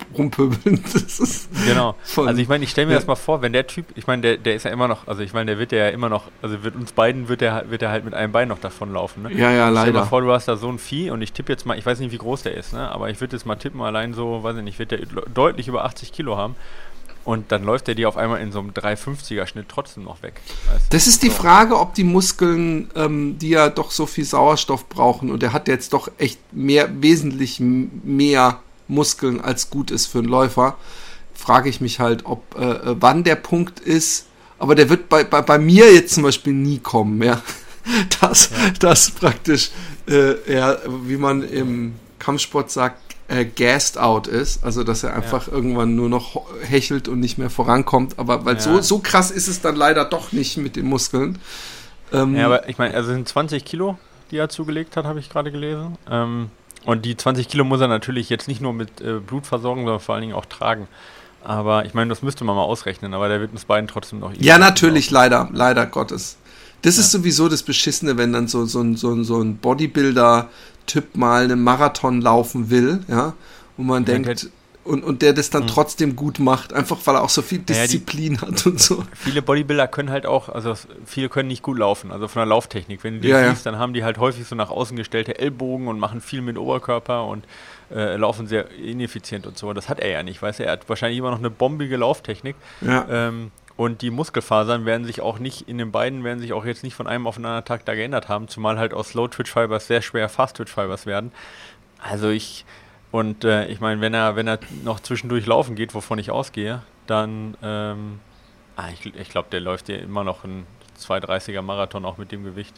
rumpöbeln. Das ist genau. Also ich meine, ich stelle mir das mal vor, wenn der Typ, ich meine, der ist ja immer noch, also ich meine, der wird ja immer noch, also uns beiden wird er halt mit einem Bein noch davonlaufen. Ne? Ja, leider. Stell dir mal vor, du hast da so ein Vieh und ich tippe jetzt mal, ich weiß nicht, wie groß der ist, ne? Aber ich würde jetzt mal tippen, allein so, weiß ich nicht, wird der deutlich über 80 Kilo haben. Und dann läuft der dir auf einmal in so einem 3,50er-Schnitt trotzdem noch weg. Weißt du? Das ist die Frage, ob die Muskeln, die ja doch so viel Sauerstoff brauchen, und der hat jetzt doch echt wesentlich mehr Muskeln als gut ist für einen Läufer, frage ich mich halt, ob wann der Punkt ist, aber der wird bei mir jetzt zum Beispiel nie kommen, ja. Das praktisch, wie man im Kampfsport sagt, gassed out ist, also dass er einfach irgendwann nur noch hechelt und nicht mehr vorankommt, aber weil so krass ist es dann leider doch nicht mit den Muskeln. Ja, aber ich meine, also sind 20 Kilo, die er zugelegt hat, habe ich gerade gelesen. Und die 20 Kilo muss er natürlich jetzt nicht nur mit Blut versorgen, sondern vor allen Dingen auch tragen. Aber ich meine, das müsste man mal ausrechnen, aber der wird uns beiden trotzdem noch... Ja, natürlich, leider Gottes. Das ist sowieso das Beschissene, wenn dann so ein Bodybuilder-Typ mal einen Marathon laufen will, ja, und man denkt, und der das dann trotzdem gut macht, einfach weil er auch so viel Disziplin hat und so. Viele Bodybuilder können halt auch, also viele können nicht gut laufen, also von der Lauftechnik. Wenn du die siehst, dann haben die halt häufig so nach außen gestellte Ellbogen und machen viel mit Oberkörper und laufen sehr ineffizient und so. Das hat er ja nicht, weißt du, er hat wahrscheinlich immer noch eine bombige Lauftechnik. Ja. Und die Muskelfasern werden sich auch nicht, in den Beinen werden sich auch jetzt nicht von einem auf den anderen Tag da geändert haben, zumal halt aus Slow-Twitch-Fibers sehr schwer Fast-Twitch-Fibers werden. Also ich meine, wenn er noch zwischendurch laufen geht, wovon ich ausgehe, dann, ich glaube, der läuft ja immer noch einen 2:30er Marathon auch mit dem Gewicht.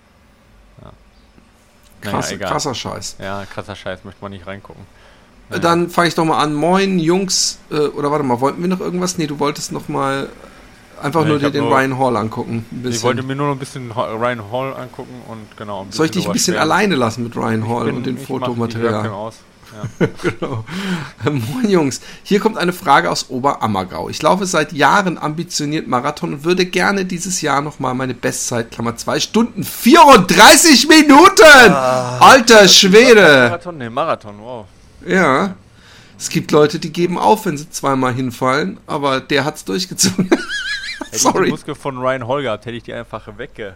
Ja. Krasser Scheiß. Ja, krasser Scheiß, möchte man nicht reingucken. Naja. Dann fange ich doch mal an. Moin, Jungs, oder warte mal, wollten wir noch irgendwas? Nee, du wolltest noch mal einfach nur dir den Ryan Hall angucken. Ich wollte mir nur noch ein bisschen Ryan Hall angucken und genau. Soll ich dich ein bisschen alleine lassen mit Ryan Hall und dem Fotomaterial? Aus. Ja. Genau. Moin Jungs, hier kommt eine Frage aus Oberammergau. Ich laufe seit Jahren ambitioniert Marathon und würde gerne dieses Jahr nochmal meine Bestzeit, Klammer 2 Stunden 34 Minuten! Alter Schwede! Marathon, wow. Ja. Es gibt Leute, die geben auf, wenn sie zweimal hinfallen, aber der hat's durchgezogen. Sorry. Hätte ich die Muskel von Ryan Hall gehabt, hätte ich die einfach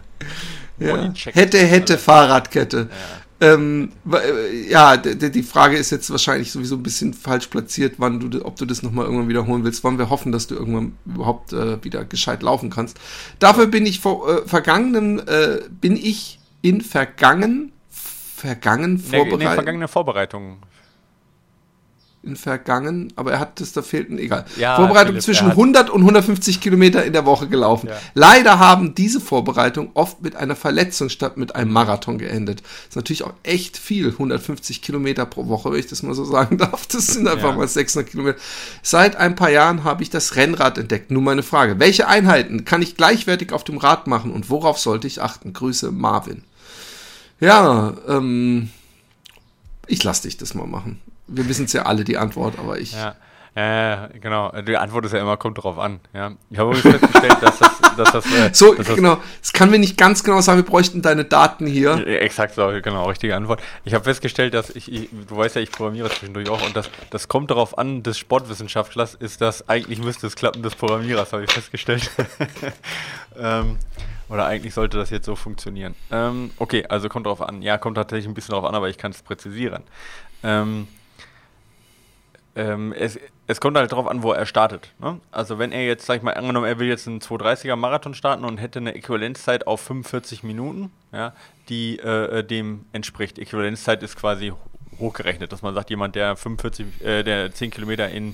Hätte Fahrradkette. Ja. Die Frage ist jetzt wahrscheinlich sowieso ein bisschen falsch platziert, ob du das nochmal irgendwann wiederholen willst. Wollen wir hoffen, dass du irgendwann überhaupt wieder gescheit laufen kannst. Dafür bin ich in vergangenen Vorbereitungen. Aber er hat das, da fehlten, egal. Ja, Vorbereitung Philipp, zwischen 100 und 150 Kilometer in der Woche gelaufen. Ja. Leider haben diese Vorbereitungen oft mit einer Verletzung statt mit einem Marathon geendet. Das ist natürlich auch echt viel, 150 Kilometer pro Woche, wenn ich das mal so sagen darf. Das sind einfach mal 600 Kilometer. Seit ein paar Jahren habe ich das Rennrad entdeckt. Nun meine Frage, welche Einheiten kann ich gleichwertig auf dem Rad machen und worauf sollte ich achten? Grüße, Marvin. Ja, ich lasse dich das mal machen. Wir wissen es ja alle, die Antwort, aber ich... Ja, genau. Die Antwort ist ja immer, kommt drauf an. Ja. Ich habe übrigens festgestellt, genau. Das kann mir nicht ganz genau sagen, wir bräuchten deine Daten hier. Exakt so, genau, richtige Antwort. Ich habe festgestellt, dass du weißt ja, ich programmiere zwischendurch auch, und das kommt darauf an, des Sportwissenschaftlers ist das, eigentlich müsste es klappen, des Programmierers, habe ich festgestellt. Oder eigentlich sollte das jetzt so funktionieren. Okay, also kommt drauf an. Ja, kommt tatsächlich ein bisschen drauf an, aber ich kann es präzisieren. Es kommt halt darauf an, wo er startet. Ne? Also wenn er jetzt, sag ich mal, angenommen, er will jetzt einen 2:30er Marathon starten und hätte eine Äquivalenzzeit auf 45 Minuten, ja, die dem entspricht. Äquivalenzzeit ist quasi hochgerechnet, dass man sagt, jemand, der 10 Kilometer in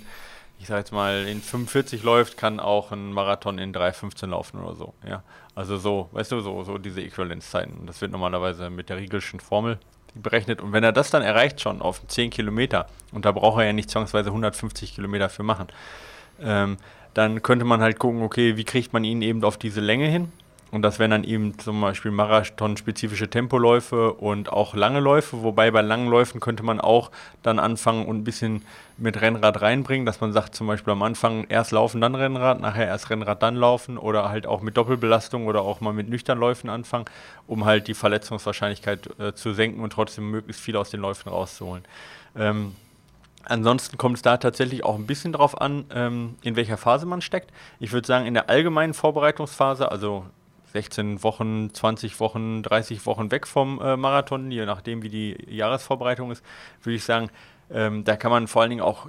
45 läuft, kann auch einen Marathon in 3:15 laufen oder so. Ja? Also so, weißt du, so diese Äquivalenzzeiten. Das wird normalerweise mit der Riegelschen Formel berechnet, und wenn er das dann erreicht schon auf 10 Kilometer, und da braucht er ja nicht zwangsweise 150 Kilometer für machen, dann könnte man halt gucken, okay, wie kriegt man ihn eben auf diese Länge hin, und das wären dann eben zum Beispiel marathonspezifische Tempoläufe und auch lange Läufe, wobei bei langen Läufen könnte man auch dann anfangen und ein bisschen mit Rennrad reinbringen, dass man sagt, zum Beispiel am Anfang erst laufen, dann Rennrad, nachher erst Rennrad, dann laufen, oder halt auch mit Doppelbelastung oder auch mal mit nüchtern Läufen anfangen, um halt die Verletzungswahrscheinlichkeit zu senken und trotzdem möglichst viel aus den Läufen rauszuholen. Ansonsten kommt es da tatsächlich auch ein bisschen drauf an, in welcher Phase man steckt. Ich würde sagen, in der allgemeinen Vorbereitungsphase, also 16 Wochen, 20 Wochen, 30 Wochen weg vom Marathon, je nachdem wie die Jahresvorbereitung ist, würde ich sagen, da kann man vor allen Dingen auch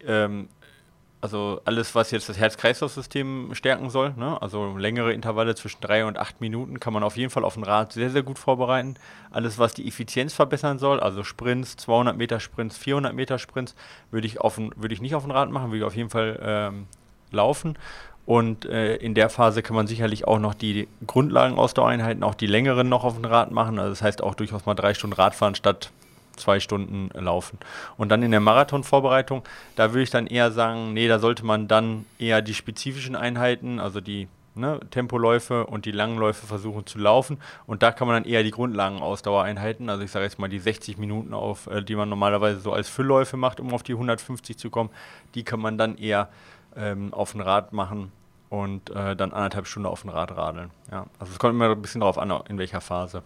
also alles, was jetzt das Herz-Kreislauf-System stärken soll, ne? Also längere Intervalle zwischen 3 und 8 Minuten kann man auf jeden Fall auf dem Rad sehr, sehr gut vorbereiten. Alles, was die Effizienz verbessern soll, also Sprints, 200 Meter Sprints, 400 Meter Sprints, würde ich nicht auf dem Rad machen, würde ich auf jeden Fall laufen. Und in der Phase kann man sicherlich auch noch die Grundlagenausdauereinheiten, auch die längeren noch auf dem Rad machen. Also das heißt auch durchaus mal 3 Stunden Radfahren statt 2 Stunden laufen. Und dann in der Marathonvorbereitung, da würde ich dann eher sagen, nee, da sollte man dann eher die spezifischen Einheiten, also die Tempoläufe und die langen Läufe versuchen zu laufen. Und da kann man dann eher die Grundlagenausdauereinheiten, also ich sage jetzt mal die 60 Minuten die man normalerweise so als Füllläufe macht, um auf die 150 zu kommen, die kann man dann eher auf dem Rad machen und dann 1,5 Stunden auf dem Rad radeln. Ja, also es kommt immer ein bisschen darauf an, in welcher Phase.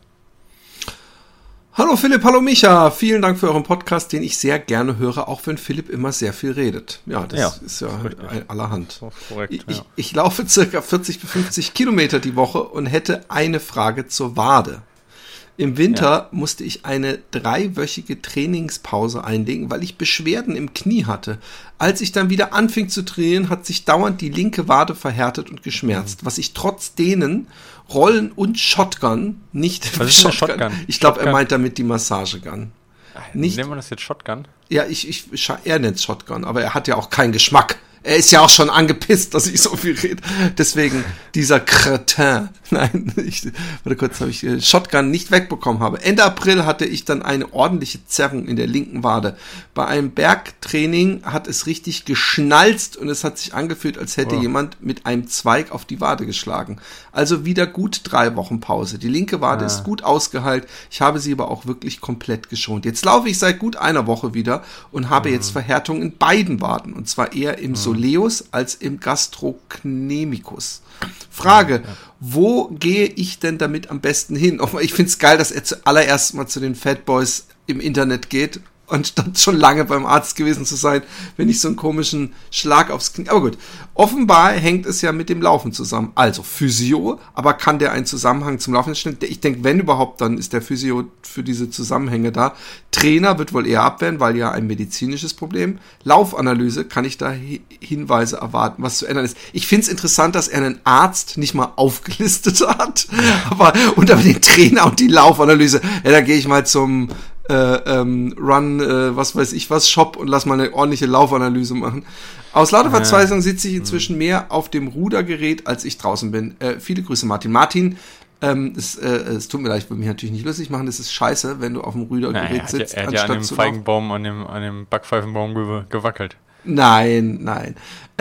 Hallo Philipp, hallo Micha. Vielen Dank für euren Podcast, den ich sehr gerne höre, auch wenn Philipp immer sehr viel redet. Ja, das ist ja allerhand. Korrekt, ich laufe circa 40 bis 50 Kilometer die Woche und hätte eine Frage zur Wade. Im Winter musste ich eine 3-wöchige Trainingspause einlegen, weil ich Beschwerden im Knie hatte. Als ich dann wieder anfing zu trainieren, hat sich dauernd die linke Wade verhärtet und geschmerzt, was ich trotz denen Rollen und Shotgun nicht... Was ist Shotgun? Ich glaube, er meint damit die Massagegun. Nennt man das jetzt Shotgun? Ja, er nennt es Shotgun, aber er hat ja auch keinen Geschmack. Er ist ja auch schon angepisst, dass ich so viel rede. Deswegen dieser Cretin. Nein, habe ich Shotgun nicht wegbekommen habe. Ende April hatte ich dann eine ordentliche Zerrung in der linken Wade. Bei einem Bergtraining hat es richtig geschnalzt und es hat sich angefühlt, als hätte jemand mit einem Zweig auf die Wade geschlagen. Also wieder gut 3 Wochen Pause. Die linke Wade ist gut ausgeheilt. Ich habe sie aber auch wirklich komplett geschont. Jetzt laufe ich seit gut einer Woche wieder und habe jetzt Verhärtung in beiden Waden. Und zwar eher im Soleus als im Gastrocnemicus. Frage, wo gehe ich denn damit am besten hin? Ich finde es geil, dass er zuallererst mal zu den Fat Boys im Internet geht, anstatt schon lange beim Arzt gewesen zu sein, wenn ich so einen komischen Schlag aufs Knie... Aber gut, offenbar hängt es ja mit dem Laufen zusammen. Also Physio, aber kann der einen Zusammenhang zum Laufen stellen? Ich denke, wenn überhaupt, dann ist der Physio für diese Zusammenhänge da. Trainer wird wohl eher abwehren, weil ja ein medizinisches Problem. Laufanalyse, kann ich da Hinweise erwarten, was zu ändern ist. Ich finde es interessant, dass er einen Arzt nicht mal aufgelistet hat, aber unter den Trainer und die Laufanalyse, ja, da gehe ich mal zum Shop und lass mal eine ordentliche Laufanalyse machen. Aus lauter Verzweiflung sitze ich inzwischen mehr auf dem Rudergerät, als ich draußen bin. Viele Grüße, Martin. Martin, es tut mir leid, ich will mich natürlich nicht lustig machen, das ist scheiße, wenn du auf dem Rudergerät sitzt. Er hat ja an dem Feigenbaum, an dem Backpfeifenbaum gewackelt. Nein.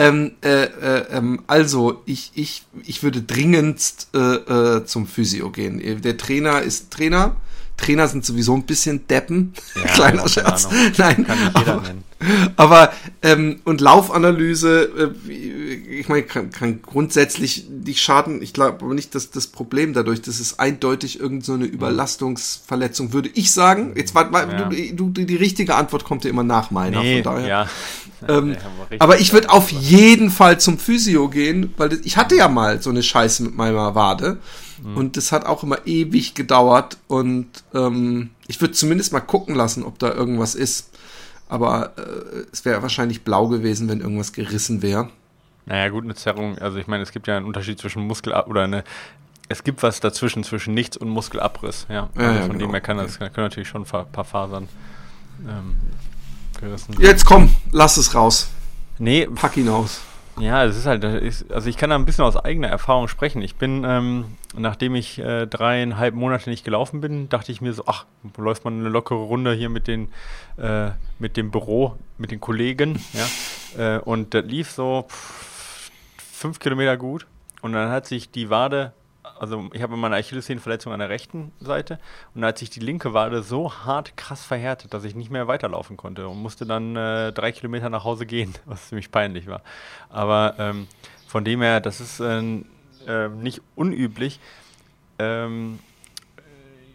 Also, ich würde dringendst zum Physio gehen. Der Trainer ist Trainer. Trainer sind sowieso ein bisschen Deppen. Ja, kleiner Scherz. Nein, kann nicht jeder nennen. Aber und Laufanalyse, ich meine, kann grundsätzlich nicht schaden. Ich glaube aber nicht, dass das Problem dadurch, dass es eindeutig irgend so eine Überlastungsverletzung, würde ich sagen. Jetzt die richtige Antwort kommt ja immer nach meiner. Nee, von daher. Ja. Aber ich würde auf jeden Fall zum Physio gehen, weil ich hatte ja mal so eine Scheiße mit meiner Wade. Und das hat auch immer ewig gedauert und ich würde zumindest mal gucken lassen, ob da irgendwas ist. Aber es wäre wahrscheinlich blau gewesen, wenn irgendwas gerissen wäre. Naja gut, eine Zerrung, also ich meine, es gibt ja einen Unterschied zwischen es gibt was dazwischen, zwischen Nichts und Muskelabriss. Ja, also von dem her können natürlich schon ein paar Fasern gerissen werden. Jetzt komm, lass es raus. Nee. Pack ihn aus. Ja, es ist halt, also ich kann da ein bisschen aus eigener Erfahrung sprechen. Ich bin, nachdem ich 3,5 Monate nicht gelaufen bin, dachte ich mir so, läuft man eine lockere Runde hier mit dem Büro, mit den Kollegen, ja. Und das lief so 5 Kilometer gut und dann hat sich die Wade, also ich habe meine Achillessehnenverletzung an der rechten Seite und da hat sich die linke Wade so hart krass verhärtet, dass ich nicht mehr weiterlaufen konnte und musste dann 3 Kilometer nach Hause gehen, was ziemlich peinlich war. Aber von dem her, das ist nicht unüblich.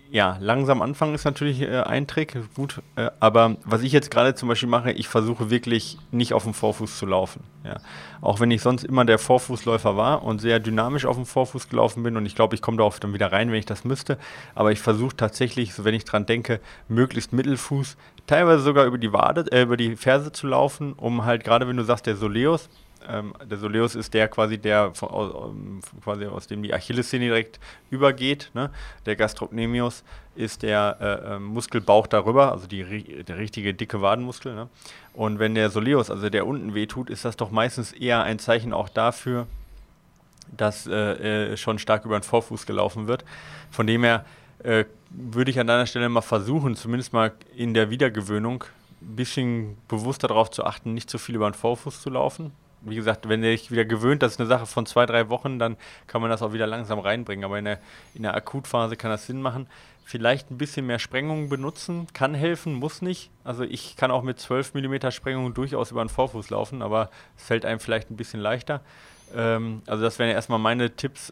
ja, langsam anfangen ist natürlich ein Trick, gut, aber was ich jetzt gerade zum Beispiel mache, ich versuche wirklich nicht auf dem Vorfuß zu laufen. Ja. Auch wenn ich sonst immer der Vorfußläufer war und sehr dynamisch auf dem Vorfuß gelaufen bin und ich glaube, ich komme da oft dann wieder rein, wenn ich das müsste, aber ich versuche tatsächlich, so wenn ich dran denke, möglichst Mittelfuß, teilweise sogar über die Ferse zu laufen, um halt, gerade wenn du sagst, der Soleus ist der quasi, quasi aus dem die Achillessehne direkt übergeht. Ne? Der Gastrocnemius ist der Muskelbauch darüber, also der richtige dicke Wadenmuskel. Ne? Und wenn der Soleus, also der unten wehtut, ist das doch meistens eher ein Zeichen auch dafür, dass schon stark über den Vorfuß gelaufen wird. Von dem her würde ich an deiner Stelle mal versuchen, zumindest mal in der Wiedergewöhnung, ein bisschen bewusster darauf zu achten, nicht zu viel über den Vorfuß zu laufen. Wie gesagt, wenn ihr dich wieder gewöhnt, das ist eine Sache von 2-3 Wochen, dann kann man das auch wieder langsam reinbringen. Aber in der Akutphase kann das Sinn machen. Vielleicht ein bisschen mehr Sprengung benutzen, kann helfen, muss nicht. Also ich kann auch mit 12 mm Sprengung durchaus über den Vorfuß laufen, aber es fällt einem vielleicht ein bisschen leichter. Also das wären ja erstmal meine Tipps.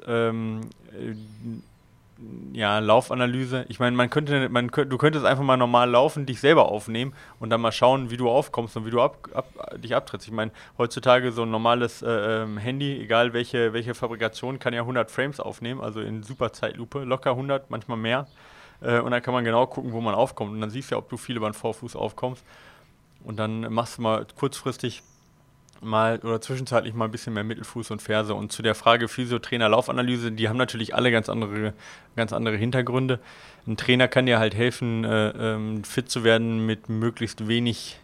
Ja, Laufanalyse. Ich meine, du könntest einfach mal normal laufen, dich selber aufnehmen und dann mal schauen, wie du aufkommst und wie du dich abtrittst. Ich meine, heutzutage so ein normales Handy, egal welche Fabrikation, kann ja 100 Frames aufnehmen, also in super Zeitlupe, locker 100, manchmal mehr. Und dann kann man genau gucken, wo man aufkommt. Und dann siehst du ja, ob du viel über den Vorfuß aufkommst. Und dann machst du mal kurzfristig mal oder zwischenzeitlich mal ein bisschen mehr Mittelfuß und Ferse. Und zu der Frage Physiotrainer, Laufanalyse, die haben natürlich alle ganz andere Hintergründe. Ein Trainer kann dir halt helfen, fit zu werden mit möglichst wenig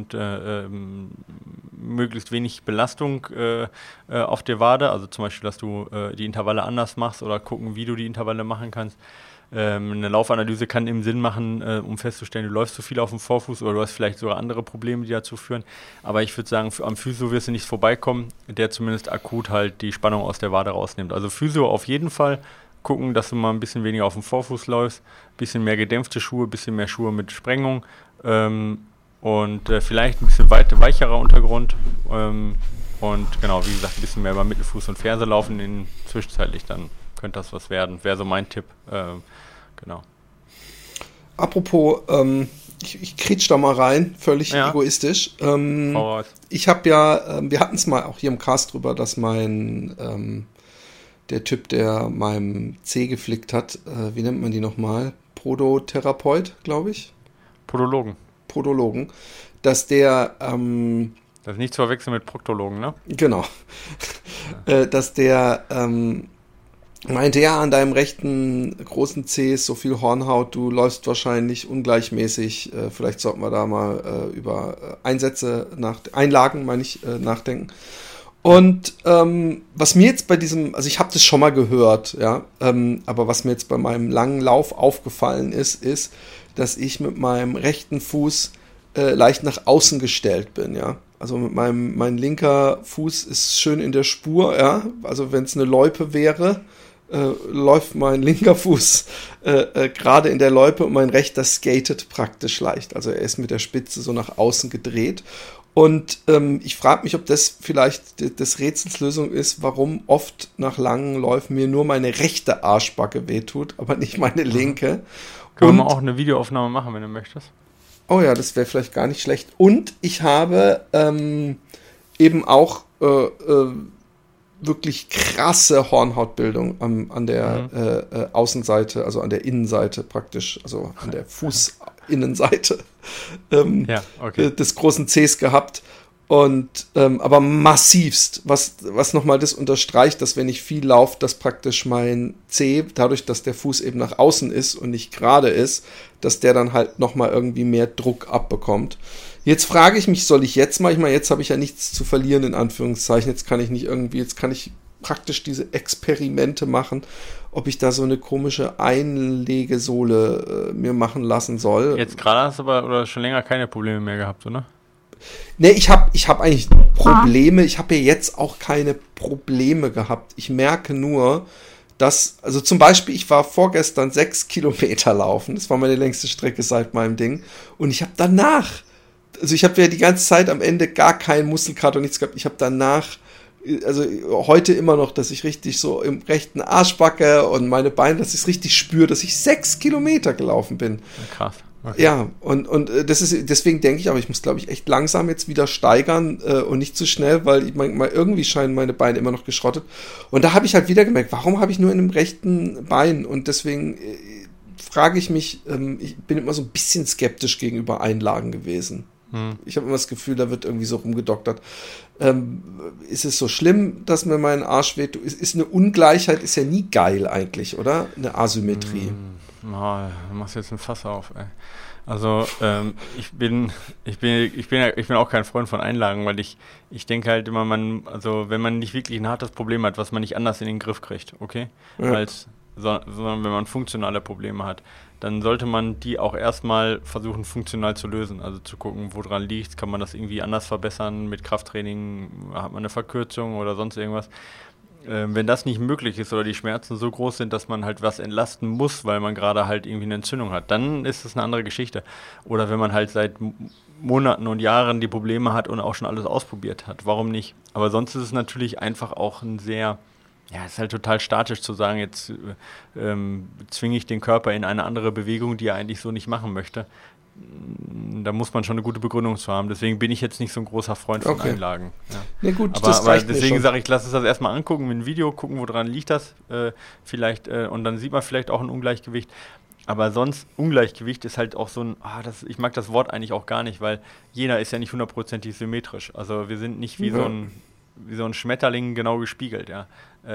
Belastung auf der Wade. Also zum Beispiel, dass du die Intervalle anders machst oder gucken, wie du die Intervalle machen kannst. Eine Laufanalyse kann im Sinn machen, um festzustellen, du läufst zu viel auf dem Vorfuß oder du hast vielleicht sogar andere Probleme, die dazu führen. Aber ich würde sagen, am Physio wirst du nicht vorbeikommen, der zumindest akut halt die Spannung aus der Wade rausnimmt. Also Physio auf jeden Fall gucken, dass du mal ein bisschen weniger auf dem Vorfuß läufst, ein bisschen mehr gedämpfte Schuhe, ein bisschen mehr Schuhe mit Sprengung und vielleicht ein bisschen weicherer Untergrund und genau, wie gesagt, ein bisschen mehr über Mittelfuß und Ferse laufen, zwischenzeitlich dann könnte das was werden. Wäre so mein Tipp. Genau. Apropos, ich kretsch da mal rein, völlig egoistisch. Ich habe ja, wir hatten es mal auch hier im Cast drüber, dass der Typ, der meinem C geflickt hat, wie nennt man die nochmal? Podotherapeut, glaube ich? Podologen. Dass der das ist nicht zu verwechseln mit Proktologen, ne? Genau. Dass der meinte, ja, an deinem rechten großen Zeh ist so viel Hornhaut, du läufst wahrscheinlich ungleichmäßig, vielleicht sollten wir da mal über Einlagen nachdenken. Und was mir jetzt bei diesem, also ich habe das schon mal gehört, ja, aber was mir jetzt bei meinem langen Lauf aufgefallen ist, dass ich mit meinem rechten Fuß leicht nach außen gestellt bin, ja. Also mein linker Fuß ist schön in der Spur, ja. Also wenn es eine Loipe wäre, läuft mein linker Fuß gerade in der Loipe und mein rechter skatet praktisch leicht. Also er ist mit der Spitze so nach außen gedreht. Und ich frage mich, ob das vielleicht des Rätsels Lösung ist, warum oft nach langen Läufen mir nur meine rechte Arschbacke wehtut, aber nicht meine linke. Können wir auch eine Videoaufnahme machen, wenn du möchtest. Oh ja, das wäre vielleicht gar nicht schlecht. Und ich habe eben auch wirklich krasse Hornhautbildung an der Außenseite, also an der Innenseite praktisch, also an der Fußinnenseite des großen Cs gehabt. Und aber massivst, was nochmal das unterstreicht, dass wenn ich viel laufe, dass praktisch mein Zeh, dadurch, dass der Fuß eben nach außen ist und nicht gerade ist, dass der dann halt nochmal irgendwie mehr Druck abbekommt. Jetzt frage ich mich, soll ich jetzt mal, ich meine, jetzt habe ich ja nichts zu verlieren, in Anführungszeichen, jetzt kann ich praktisch diese Experimente machen, ob ich da so eine komische Einlegesohle mir machen lassen soll. Jetzt gerade hast du aber oder schon länger keine Probleme mehr gehabt, oder? Nee, ich hab eigentlich Probleme, ich habe ja jetzt auch keine Probleme gehabt. Ich merke nur, dass, also zum Beispiel, ich war vorgestern 6 Kilometer laufen, das war meine längste Strecke seit meinem Ding, und ich habe danach, also ich habe ja die ganze Zeit am Ende gar keinen Muskelkater und nichts gehabt, ich habe danach also heute immer noch, dass ich richtig so im rechten Arsch backe und meine Beine, dass ich es richtig spüre, dass ich 6 Kilometer gelaufen bin. Krass. Okay. Ja, und das ist, deswegen denke ich, aber ich muss, glaube ich, echt langsam jetzt wieder steigern und nicht zu schnell, weil ich meine, irgendwie scheinen meine Beine immer noch geschrottet. Und da habe ich halt wieder gemerkt, warum habe ich nur in dem rechten Bein? Und deswegen frage ich mich, ich bin immer so ein bisschen skeptisch gegenüber Einlagen gewesen. Ich habe immer das Gefühl, da wird irgendwie so rumgedoktert. Ist es so schlimm, dass mir mein Arsch weht? Ist eine Ungleichheit, ist ja nie geil eigentlich, oder? Eine Asymmetrie. Du machst jetzt ein Fass auf, ey. Also, ich bin auch kein Freund von Einlagen, weil ich denke halt immer, wenn man nicht wirklich ein hartes Problem hat, was man nicht anders in den Griff kriegt, okay? Ja. Sondern wenn man funktionale Probleme hat, dann sollte man die auch erstmal versuchen, funktional zu lösen. Also zu gucken, woran liegt, kann man das irgendwie anders verbessern mit Krafttraining, hat man eine Verkürzung oder sonst irgendwas. Wenn das nicht möglich ist oder die Schmerzen so groß sind, dass man halt was entlasten muss, weil man gerade halt irgendwie eine Entzündung hat, dann ist das eine andere Geschichte. Oder wenn man halt seit Monaten und Jahren die Probleme hat und auch schon alles ausprobiert hat, warum nicht? Aber sonst ist es natürlich einfach auch es ist halt total statisch zu sagen, jetzt zwinge ich den Körper in eine andere Bewegung, die er eigentlich so nicht machen möchte. Da muss man schon eine gute Begründung zu haben. Deswegen bin ich jetzt nicht so ein großer Freund von Einlagen. Ja. Nee, gut, aber deswegen sage ich, lass uns das erstmal angucken mit einem Video, gucken, woran liegt das vielleicht und dann sieht man vielleicht auch ein Ungleichgewicht. Aber sonst, Ungleichgewicht ist halt auch so ich mag das Wort eigentlich auch gar nicht, weil jeder ist ja nicht 100% symmetrisch. Also wir sind nicht wie so ein Schmetterling genau gespiegelt, ja.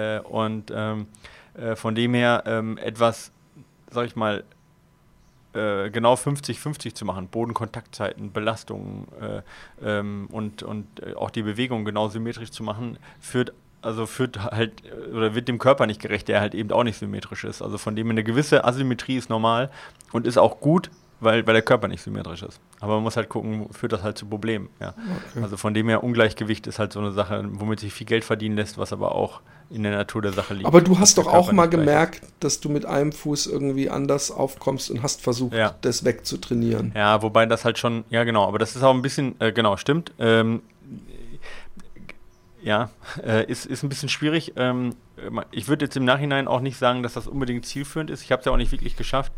Von dem her etwas, sag ich mal, genau 50-50 zu machen, Bodenkontaktzeiten, Belastungen und auch die Bewegung genau symmetrisch zu machen, wird dem Körper nicht gerecht, der halt eben auch nicht symmetrisch ist. Also von dem her eine gewisse Asymmetrie ist normal und ist auch gut, weil der Körper nicht symmetrisch ist. Aber man muss halt gucken, führt das halt zu Problemen. Ja. Okay. Also von dem her, Ungleichgewicht ist halt so eine Sache, womit sich viel Geld verdienen lässt, was aber auch in der Natur der Sache liegt. Aber du hast doch auch mal gemerkt, dass du mit einem Fuß irgendwie anders aufkommst und hast versucht, das wegzutrainieren. Ja, wobei das halt schon, ja genau, aber das ist auch ein bisschen, genau, stimmt. Ist ein bisschen schwierig. Ich würde jetzt im Nachhinein auch nicht sagen, dass das unbedingt zielführend ist. Ich habe es ja auch nicht wirklich geschafft.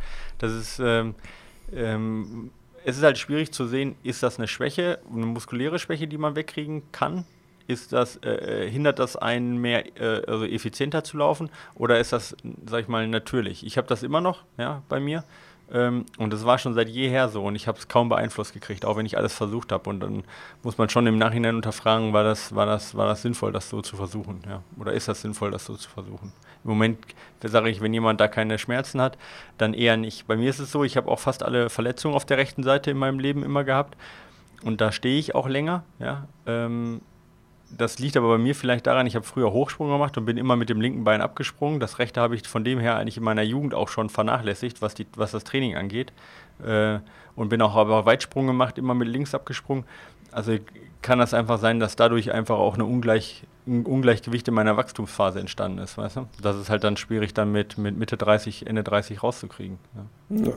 Es ist halt schwierig zu sehen, ist das eine Schwäche, eine muskuläre Schwäche, die man wegkriegen kann? Hindert das einen mehr, also effizienter zu laufen? Oder ist das, sag ich mal, natürlich? Ich habe das immer noch, ja, bei mir. Und das war schon seit jeher so und ich habe es kaum beeinflusst gekriegt, auch wenn ich alles versucht habe. Und dann muss man schon im Nachhinein unterfragen, war das sinnvoll, das so zu versuchen? Ja? Oder ist das sinnvoll, das so zu versuchen? Im Moment sage ich, wenn jemand da keine Schmerzen hat, dann eher nicht. Bei mir ist es so, ich habe auch fast alle Verletzungen auf der rechten Seite in meinem Leben immer gehabt. Und da stehe ich auch länger. Ja? Das liegt aber bei mir vielleicht daran, ich habe früher Hochsprung gemacht und bin immer mit dem linken Bein abgesprungen. Das rechte habe ich von dem her eigentlich in meiner Jugend auch schon vernachlässigt, was das Training angeht. Und bin auch aber Weitsprung gemacht, immer mit links abgesprungen. Also kann das einfach sein, dass dadurch einfach auch ein Ungleichgewicht in meiner Wachstumsphase entstanden ist, weißt du? Das ist halt dann schwierig, dann mit Mitte 30, Ende 30 rauszukriegen. Ja.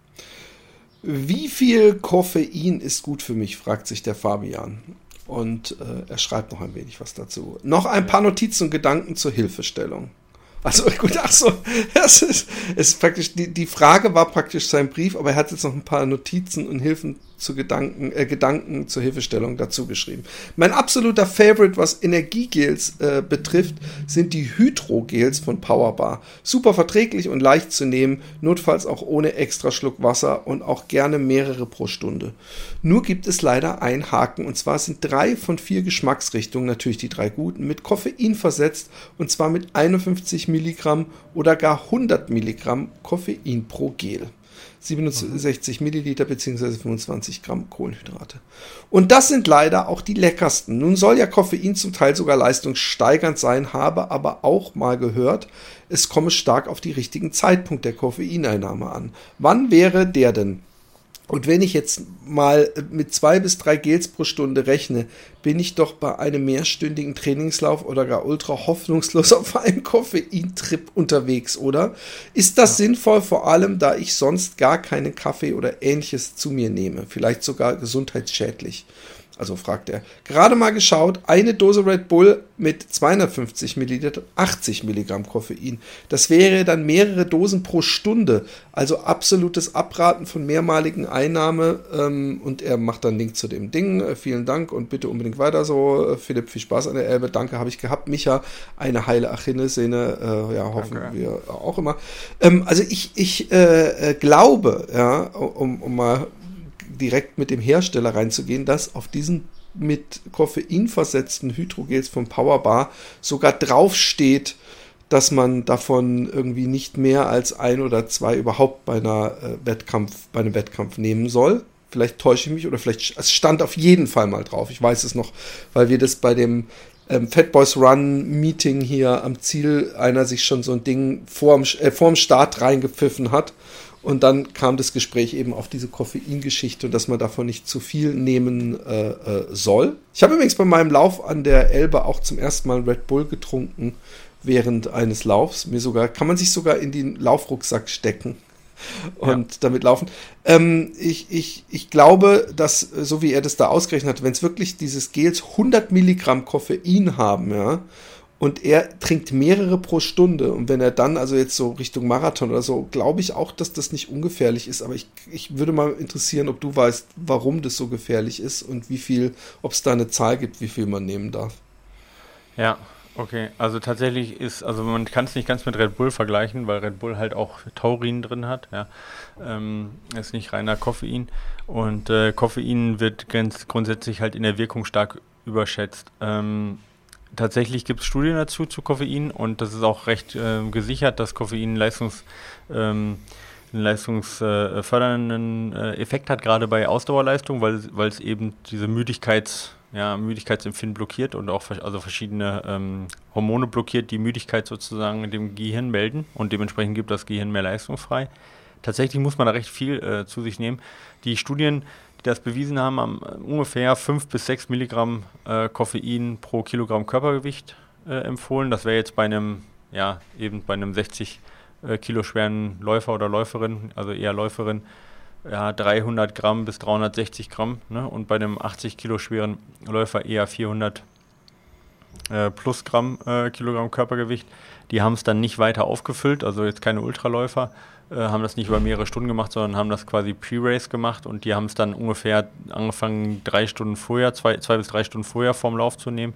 Wie viel Koffein ist gut für mich, fragt sich der Fabian. Und er schreibt noch ein wenig was dazu. Noch ein paar Notizen und Gedanken zur Hilfestellung. Also gut, das ist praktisch, die Frage war praktisch sein Brief, aber er hat jetzt noch ein paar Notizen und Hilfen zu Gedanken zur Hilfestellung dazu geschrieben. Mein absoluter Favorite, was Energiegels betrifft, sind die Hydrogels von Powerbar. Super verträglich und leicht zu nehmen, notfalls auch ohne extra Schluck Wasser und auch gerne mehrere pro Stunde. Nur gibt es leider einen Haken, und zwar sind 3 von 4 Geschmacksrichtungen, natürlich die 3 guten, mit Koffein versetzt, und zwar mit 51 Milligramm oder gar 100 Milligramm Koffein pro Gel. 67 Milliliter bzw. 25 Gramm Kohlenhydrate. Und das sind leider auch die leckersten. Nun soll ja Koffein zum Teil sogar leistungssteigernd sein, habe aber auch mal gehört, es komme stark auf die richtigen Zeitpunkt der Koffeineinnahme an. Wann wäre der denn? Und wenn ich jetzt mal mit 2 bis 3 Gels pro Stunde rechne, bin ich doch bei einem mehrstündigen Trainingslauf oder gar ultra hoffnungslos auf einem Koffeintrip unterwegs, oder? Ist das sinnvoll, vor allem, da ich sonst gar keinen Kaffee oder Ähnliches zu mir nehme? Vielleicht sogar gesundheitsschädlich. Also fragt er. Gerade mal geschaut, eine Dose Red Bull mit 250 Milliliter, 80 Milligramm Koffein. Das wäre dann mehrere Dosen pro Stunde. Also absolutes Abraten von mehrmaligen Einnahme. Und er macht dann einen Link zu dem Ding. Vielen Dank und bitte unbedingt weiter so. Philipp, viel Spaß an der Elbe. Danke, habe ich gehabt. Micha, eine heile Achillessehne. Hoffen wir auch immer. Also ich glaube, ja, um mal direkt mit dem Hersteller reinzugehen, dass auf diesen mit Koffein versetzten Hydrogels von Powerbar sogar draufsteht, dass man davon irgendwie nicht mehr als 1 oder 2 überhaupt bei einem Wettkampf nehmen soll. Vielleicht täusche ich mich oder vielleicht, es stand auf jeden Fall mal drauf. Ich weiß es noch, weil wir das bei dem Fat Boys Run Meeting hier am Ziel einer sich schon so ein Ding vorm Start reingepfiffen hat. Und dann kam das Gespräch eben auf diese Koffeingeschichte und dass man davon nicht zu viel nehmen soll. Ich habe übrigens bei meinem Lauf an der Elbe auch zum ersten Mal Red Bull getrunken während eines Laufs. Kann man sich sogar in den Laufrucksack stecken und damit laufen. Ich glaube, dass, so wie er das da ausgerechnet hat, wenn es wirklich dieses Gels 100 Milligramm Koffein haben, ja, und er trinkt mehrere pro Stunde. Und wenn er dann also jetzt so Richtung Marathon oder so, glaube ich auch, dass das nicht ungefährlich ist. Aber ich würde mal interessieren, ob du weißt, warum das so gefährlich ist und ob es da eine Zahl gibt, wie viel man nehmen darf. Ja, okay. Also tatsächlich man kann es nicht ganz mit Red Bull vergleichen, weil Red Bull halt auch Taurin drin hat. Ja, ist nicht reiner Koffein. Und Koffein wird ganz grundsätzlich halt in der Wirkung stark überschätzt. Tatsächlich gibt es Studien dazu zu Koffein und das ist auch recht gesichert, dass Koffein einen leistungsfördernden Effekt hat, gerade bei Ausdauerleistung, weil es eben diese Müdigkeitsempfinden blockiert und auch verschiedene Hormone blockiert, die Müdigkeit sozusagen dem Gehirn melden und dementsprechend gibt das Gehirn mehr Leistung frei. Tatsächlich muss man da recht viel zu sich nehmen. Die Studien, die das bewiesen haben, ungefähr 5 bis 6 Milligramm Koffein pro Kilogramm Körpergewicht empfohlen. Das wäre jetzt bei einem 60 Kilo schweren Läufer oder Läuferin, also eher Läuferin, 300 Gramm bis 360 Gramm. Ne? Und bei einem 80 Kilo schweren Läufer eher 400 plus Gramm Kilogramm Körpergewicht. Die haben es dann nicht weiter aufgefüllt, also jetzt keine Ultraläufer, haben das nicht über mehrere Stunden gemacht, sondern haben das quasi Pre-Race gemacht und die haben es dann ungefähr angefangen 2 bis 3 Stunden vorher vorm Lauf zu nehmen.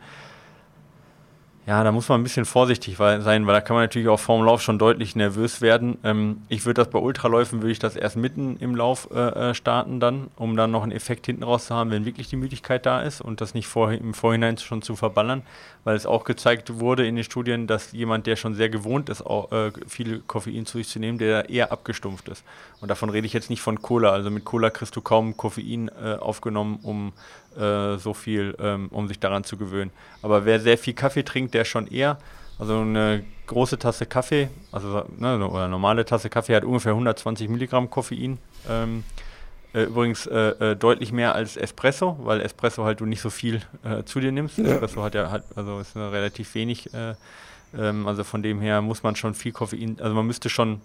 Ja, da muss man ein bisschen vorsichtig sein, weil da kann man natürlich auch vorm Lauf schon deutlich nervös werden. Ich würde das bei Ultraläufen, würde ich das erst mitten im Lauf starten dann, um dann noch einen Effekt hinten raus zu haben, wenn wirklich die Müdigkeit da ist und das nicht im Vorhinein schon zu verballern, weil es auch gezeigt wurde in den Studien, dass jemand, der schon sehr gewohnt ist, auch viel Koffein zu sich zu nehmen, der eher abgestumpft ist. Und davon rede ich jetzt nicht von Cola, also mit Cola kriegst du kaum Koffein aufgenommen, um sich daran zu gewöhnen. Aber wer sehr viel Kaffee trinkt, der schon eher, also eine große Tasse Kaffee, oder eine normale Tasse Kaffee hat ungefähr 120 Milligramm Koffein. Übrigens deutlich mehr als Espresso, weil Espresso halt du nicht so viel zu dir nimmst. Ja. Espresso ist relativ wenig. Also von dem her muss man schon viel Koffein, also man müsste schon,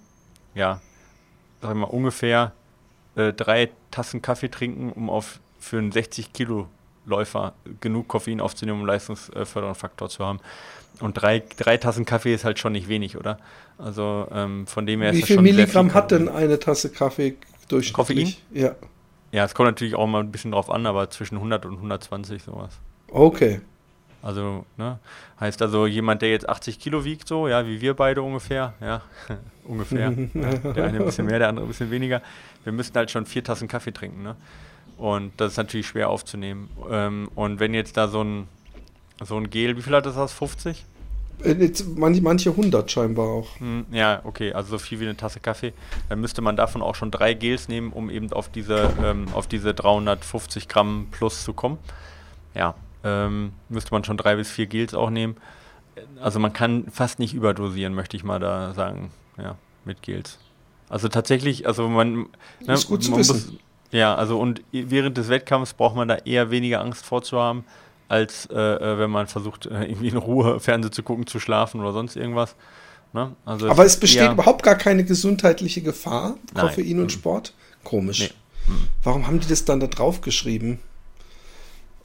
ungefähr 3 Tassen Kaffee trinken, um für einen 60 Kilo Läufer genug Koffein aufzunehmen, um leistungsfördernden Faktor zu haben. Und 3 Tassen Kaffee ist halt schon nicht wenig, oder? Also von dem her ist das schon. Wie viel Milligramm hat denn eine Tasse Kaffee durchschnittlich? Koffein? Ja. Ja, es kommt natürlich auch mal ein bisschen drauf an, aber zwischen 100 und 120 sowas. Okay. Also, heißt also jemand, der jetzt 80 Kilo wiegt, so, ja, wie wir beide ungefähr, ja, ungefähr. Der eine ein bisschen mehr, der andere ein bisschen weniger. Wir müssten halt schon 4 Tassen Kaffee trinken, ne? Und das ist natürlich schwer aufzunehmen. Und wenn jetzt da so ein Gel, wie viel hat das? 50? Manche 100 scheinbar auch. Ja, okay, also so viel wie eine Tasse Kaffee. Dann müsste man davon auch schon 3 Gels nehmen, um eben auf diese 350 Gramm plus zu kommen. Ja, müsste man schon 3 bis 4 Gels auch nehmen. Also man kann fast nicht überdosieren, möchte ich mal da sagen, ja, mit Gels. Also tatsächlich, also man... ist gut zu wissen. Und während des Wettkampfs braucht man da eher weniger Angst vorzuhaben, als wenn man versucht, irgendwie in Ruhe Fernsehen zu gucken, zu schlafen oder sonst irgendwas. Ne? Also aber es besteht überhaupt gar keine gesundheitliche Gefahr, Koffein und Sport? Komisch. Nee. Warum haben die das dann da drauf geschrieben?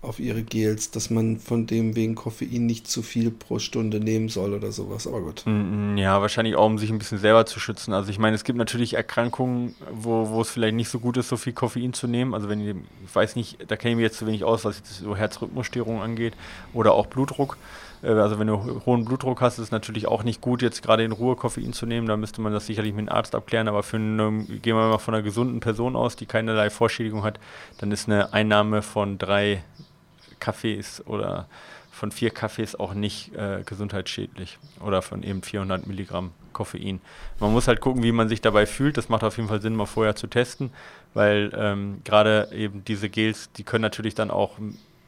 auf ihre Gels, dass man von dem wegen Koffein nicht zu viel pro Stunde nehmen soll oder sowas, aber gut. Ja, wahrscheinlich auch, um sich ein bisschen selber zu schützen. Also ich meine, es gibt natürlich Erkrankungen, wo es vielleicht nicht so gut ist, so viel Koffein zu nehmen. Also ich weiß nicht, da kenne ich mich jetzt zu wenig aus, was jetzt so Herzrhythmusstörungen angeht oder auch Blutdruck. Also wenn du hohen Blutdruck hast, ist es natürlich auch nicht gut, jetzt gerade in Ruhe Koffein zu nehmen. Da müsste man das sicherlich mit einem Arzt abklären. Aber gehen wir mal von einer gesunden Person aus, die keinerlei Vorschädigung hat, dann ist eine Einnahme von 3 Kaffees oder von 4 Kaffees auch nicht gesundheitsschädlich oder von eben 400 Milligramm Koffein. Man muss halt gucken, wie man sich dabei fühlt. Das macht auf jeden Fall Sinn, mal vorher zu testen, weil gerade eben diese Gels, die können natürlich dann auch,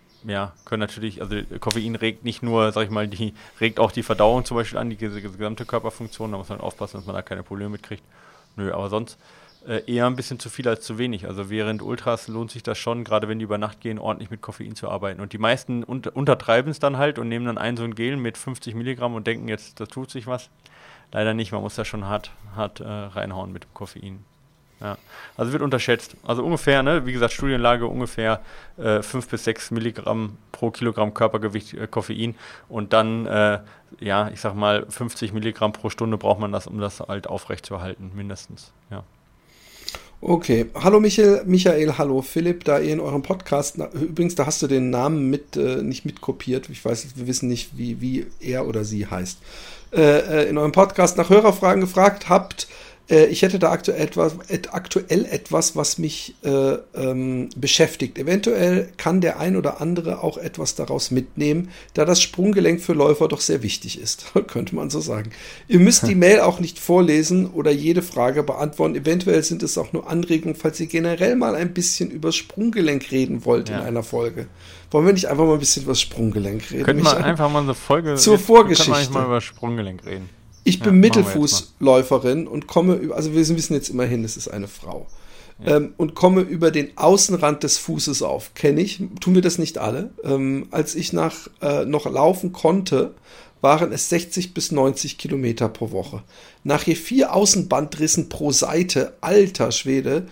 also Koffein regt nicht nur, sag ich mal, regt auch die Verdauung zum Beispiel an, die gesamte Körperfunktion. Da muss man aufpassen, dass man da keine Probleme mitkriegt. Nö, aber sonst eher ein bisschen zu viel als zu wenig. Also während Ultras lohnt sich das schon, gerade wenn die über Nacht gehen, ordentlich mit Koffein zu arbeiten. Und die meisten untertreiben es dann halt und nehmen dann so ein Gel mit 50 Milligramm und denken jetzt, das tut sich was. Leider nicht, man muss da schon hart reinhauen mit dem Koffein. Ja. Also wird unterschätzt. Also ungefähr, wie gesagt, Studienlage ungefähr 5 bis 6 Milligramm pro Kilogramm Körpergewicht Koffein und dann, ich sag mal, 50 Milligramm pro Stunde braucht man das, um das halt aufrechtzuerhalten, mindestens, ja. Okay, hallo Michael, hallo Philipp, da ihr in eurem Podcast, übrigens, da hast du den Namen nicht mitkopiert, ich weiß, wir wissen nicht, wie er oder sie heißt, in eurem Podcast nach Hörerfragen gefragt habt. Ich hätte da aktuell etwas, was mich beschäftigt. Eventuell kann der ein oder andere auch etwas daraus mitnehmen, da das Sprunggelenk für Läufer doch sehr wichtig ist, könnte man so sagen. Ihr müsst die Mail auch nicht vorlesen oder jede Frage beantworten. Eventuell sind es auch nur Anregungen, falls ihr generell mal ein bisschen über Sprunggelenk reden wollt in einer Folge. Wollen wir nicht einfach mal ein bisschen über das Sprunggelenk reden? Könnten wir einfach mal eine Folge zur Vorgeschichte. Können wir mal über Sprunggelenk reden. Ich bin Mittelfußläuferin und also wir wissen jetzt immerhin, es ist eine Frau, und komme über den Außenrand des Fußes auf. Kenne ich, tun wir das nicht alle. Als ich noch laufen konnte, waren es 60 bis 90 Kilometer pro Woche. Nach je 4 Außenbandrissen pro Seite, alter Schwede,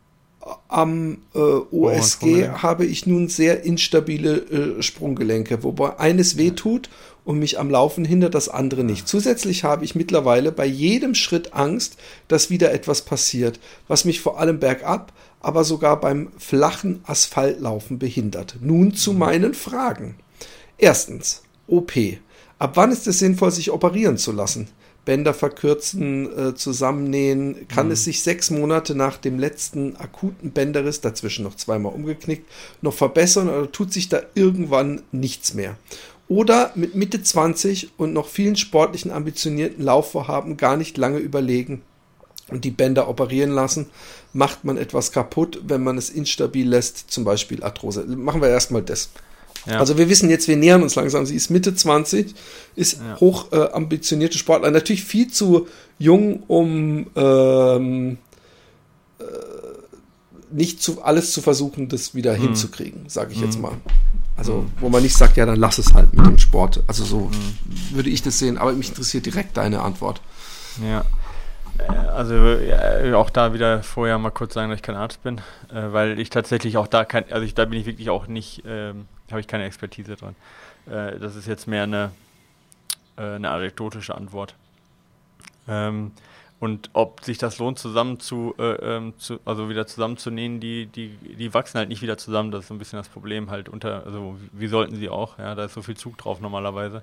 am OSG habe ich nun sehr instabile Sprunggelenke, wobei eines wehtut und mich am Laufen hindert, das andere nicht. Zusätzlich habe ich mittlerweile bei jedem Schritt Angst, dass wieder etwas passiert, was mich vor allem bergab, aber sogar beim flachen Asphaltlaufen behindert. Nun zu meinen Fragen. Erstens, OP. Ab wann ist es sinnvoll, sich operieren zu lassen? Bänder verkürzen, zusammennähen, kann es sich 6 Monate nach dem letzten akuten Bänderriss, dazwischen noch 2-mal umgeknickt, noch verbessern oder tut sich da irgendwann nichts mehr? Oder mit Mitte 20 und noch vielen sportlichen, ambitionierten Laufvorhaben gar nicht lange überlegen und die Bänder operieren lassen, macht man etwas kaputt, wenn man es instabil lässt, zum Beispiel Arthrose. Machen wir erstmal das. Ja. Also wir wissen jetzt, wir nähern uns langsam. Sie ist Mitte 20, ist hoch ambitionierte Sportler. Natürlich viel zu jung, um nicht alles zu versuchen, das wieder hinzukriegen, sage ich jetzt mal. Also wo man nicht sagt, ja, dann lass es halt mit dem Sport. Also so würde ich das sehen. Aber mich interessiert direkt deine Antwort. Ja. Also auch da wieder vorher mal kurz sagen, dass ich kein Arzt bin, weil ich tatsächlich auch da da bin ich wirklich auch nicht, habe ich keine Expertise dran. Das ist jetzt mehr eine anekdotische Antwort. Und ob sich das lohnt, wieder zusammenzunähen, die wachsen halt nicht wieder zusammen, das ist so ein bisschen das Problem halt also wie sollten sie auch, ja, da ist so viel Zug drauf normalerweise.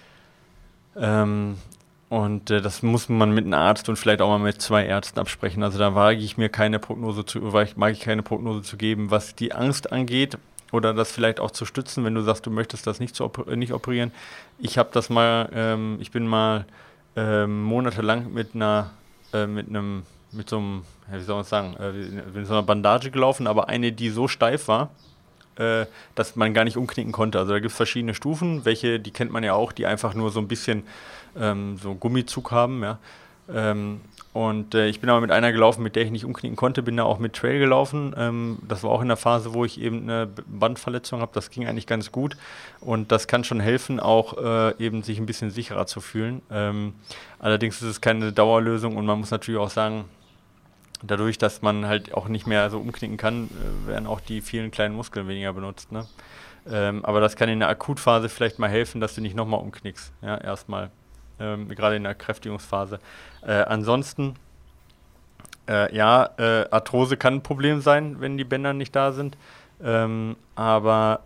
Und das muss man mit einem Arzt und vielleicht auch mal mit 2 Ärzten absprechen. Also da mag ich keine Prognose zu geben, was die Angst angeht oder das vielleicht auch zu stützen, wenn du sagst, du möchtest das nicht operieren. Ich habe das mal, ich bin mal monatelang mit so einem, wie soll man sagen, mit so einer Bandage gelaufen, aber eine, die so steif war, dass man gar nicht umknicken konnte. Also da gibt es verschiedene Stufen, die kennt man ja auch, die einfach nur so ein bisschen so Gummizug haben, ja. Und ich bin aber mit einer gelaufen, mit der ich nicht umknicken konnte, bin da auch mit Trail gelaufen. Das war auch in der Phase, wo ich eben eine Bandverletzung habe. Das ging eigentlich ganz gut und das kann schon helfen, auch eben sich ein bisschen sicherer zu fühlen. Allerdings ist es keine Dauerlösung und man muss natürlich auch sagen, dadurch, dass man halt auch nicht mehr so umknicken kann, werden auch die vielen kleinen Muskeln weniger benutzt, ne? Aber das kann in der Akutphase vielleicht mal helfen, dass du nicht nochmal umknickst. Ja, erstmal. Gerade in der Kräftigungsphase. Ansonsten, Arthrose kann ein Problem sein, wenn die Bänder nicht da sind. Also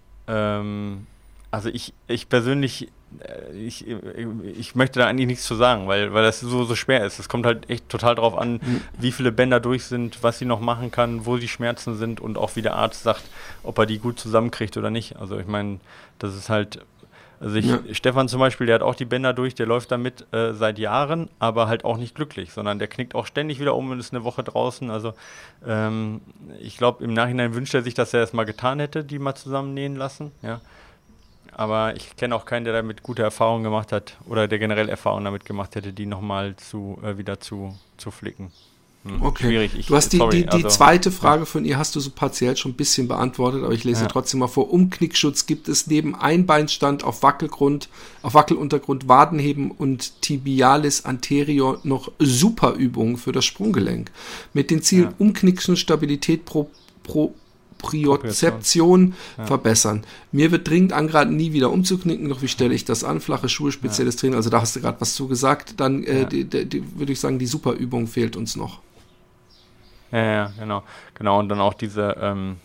ich persönlich, ich möchte da eigentlich nichts zu sagen, weil das so schwer ist. Es kommt halt echt total drauf an, wie viele Bänder durch sind, was sie noch machen kann, wo die Schmerzen sind und auch wie der Arzt sagt, ob er die gut zusammenkriegt oder nicht. Also ich meine, das ist halt, Stefan zum Beispiel, der hat auch die Bänder durch, der läuft damit seit Jahren, aber halt auch nicht glücklich, sondern der knickt auch ständig wieder um und ist eine Woche draußen. Also ich glaube, im Nachhinein wünscht er sich, dass er es mal getan hätte, die mal zusammennähen lassen, ja. Aber ich kenne auch keinen, der damit gute Erfahrungen gemacht hat oder der generell Erfahrungen damit gemacht hätte, die nochmal wieder zu flicken. Okay. Schwierig. Du hast die zweite Frage von ihr hast du so partiell schon ein bisschen beantwortet, aber ich lese trotzdem mal vor. Umknickschutz gibt es neben Einbeinstand auf Wackeluntergrund, Wadenheben und Tibialis anterior noch Superübungen für das Sprunggelenk. Mit dem Ziel Umknicksen, Stabilität, Propriozeption verbessern. Mir wird dringend angeraten, nie wieder umzuknicken, doch wie stelle ich das an? Flache Schuhe, spezielles Training, also da hast du gerade was zu gesagt. Dann würde ich sagen, die Superübung fehlt uns noch. Ja, genau. Und dann auch diese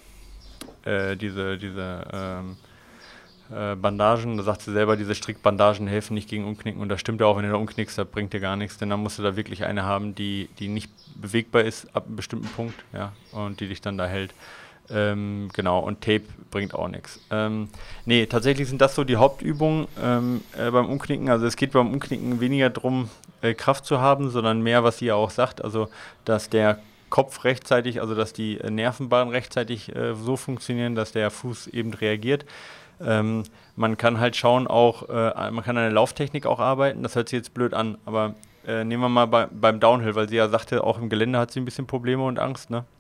Bandagen, da sagt sie selber, diese Strickbandagen helfen nicht gegen Umknicken und das stimmt ja auch, wenn du da umknickst, da bringt dir gar nichts, denn dann musst du da wirklich eine haben, die nicht bewegbar ist ab einem bestimmten Punkt, ja, und die dich dann da hält. Und Tape bringt auch nichts. Tatsächlich sind das so die Hauptübungen beim Umknicken. Also es geht beim Umknicken weniger darum, Kraft zu haben, sondern mehr, was sie ja auch sagt, also dass der Kopf rechtzeitig, also dass die Nervenbahnen rechtzeitig so funktionieren, dass der Fuß eben reagiert. Man kann halt schauen auch, man kann an der Lauftechnik auch arbeiten, das hört sich jetzt blöd an, aber nehmen wir mal beim Downhill, weil sie ja sagte, auch im Gelände hat sie ein bisschen Probleme und Angst, ne?